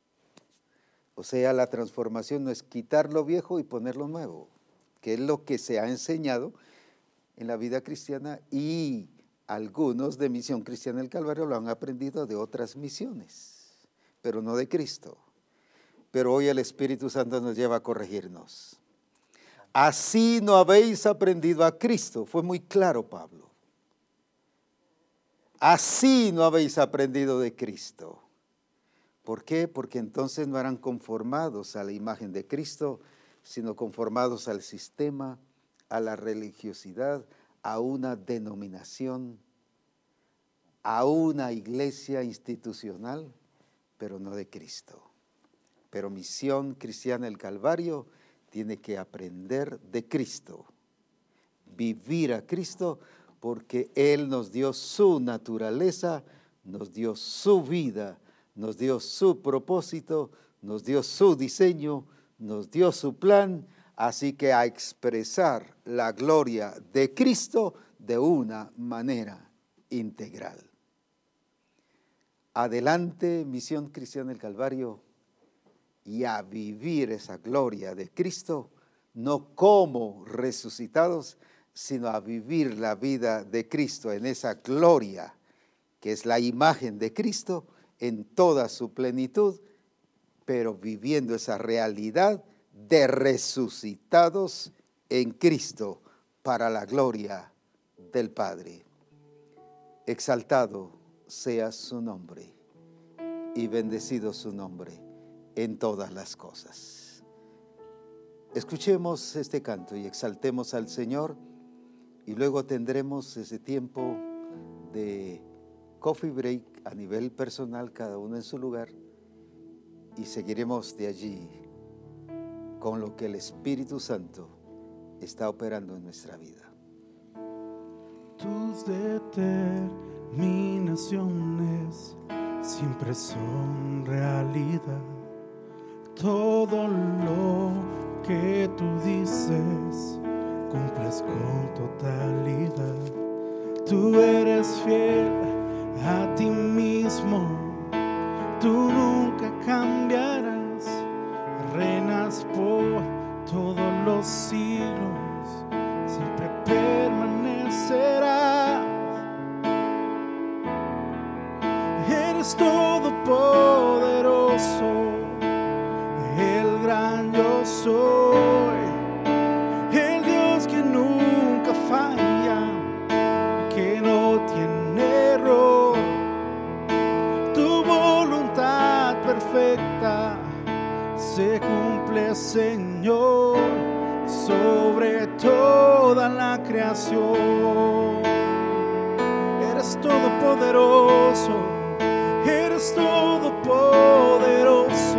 O sea, la transformación no es quitar lo viejo y poner lo nuevo, que es lo que se ha enseñado en la vida cristiana, y algunos de Misión Cristiana del Calvario lo han aprendido de otras misiones, pero no de Cristo. Pero hoy el Espíritu Santo nos lleva a corregirnos. Así no habéis aprendido a Cristo. Fue muy claro Pablo. Así no habéis aprendido de Cristo. ¿Por qué? Porque entonces no eran conformados a la imagen de Cristo, sino conformados al sistema, a la religiosidad, a una denominación, a una iglesia institucional, pero no de Cristo. Pero Misión Cristiana del Calvario tiene que aprender de Cristo, vivir a Cristo, porque Él nos dio su naturaleza, nos dio su vida, nos dio su propósito, nos dio su diseño, nos dio su plan, así que a expresar la gloria de Cristo de una manera integral. Adelante, Misión Cristiana del Calvario, y a vivir esa gloria de Cristo, no como resucitados, sino a vivir la vida de Cristo en esa gloria, que es la imagen de Cristo en toda su plenitud, pero viviendo esa realidad de resucitados en Cristo para la gloria del Padre. Exaltado sea su nombre y bendecido su nombre en todas las cosas. Escuchemos este canto y exaltemos al Señor, y luego tendremos ese tiempo de coffee break a nivel personal, cada uno en su lugar, y seguiremos de allí con lo que el Espíritu Santo está operando en nuestra vida. Tus determinaciones siempre son realidad. Todo lo que tú dices cumples con totalidad. Tú eres fiel a ti mismo, tú nunca cambiarás, reinas por todos los siglos, siempre permanecerás. Eres todopoderoso, el gran yo soy, el Dios que nunca falla, que no tiene error. Tu voluntad perfecta se cumple, Señor, sobre toda la creación. Eres todopoderoso, eres eres todopoderoso,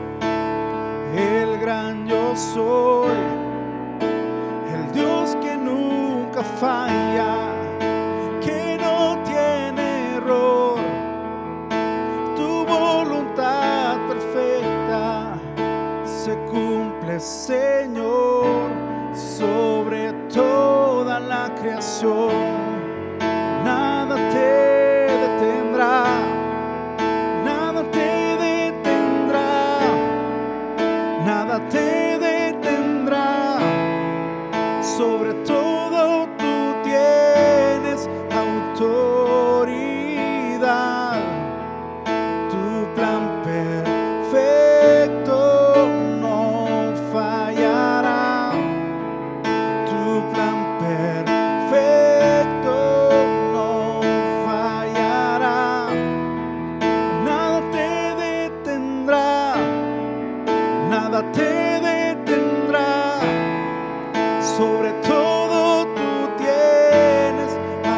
el gran yo soy, el Dios que nunca falla, que no tiene error. Tu voluntad perfecta se cumple, Señor, sobre toda la creación. Nada te detendrá, nada te detendrá, nada te detendrá. Sobre todo tú tienes autoridad. Tu plan perfecto no fallará. Tu plan perfecto no fallará. Nada te detendrá, nada te detendrá. Sobre todo tú tienes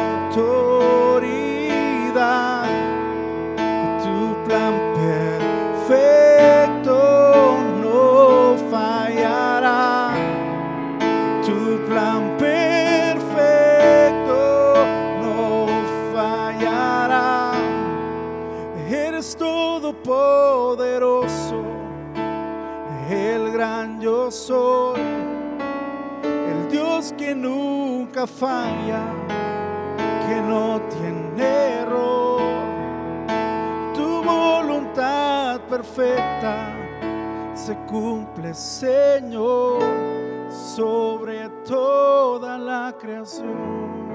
autoridad. Tu plan perfecto no fallará. Tu plan perfecto no fallará. Eres todopoderoso, el gran yo soy, el Dios que nunca falla, que no tiene error. Tu voluntad perfecta se cumple, Señor, sobre toda la creación.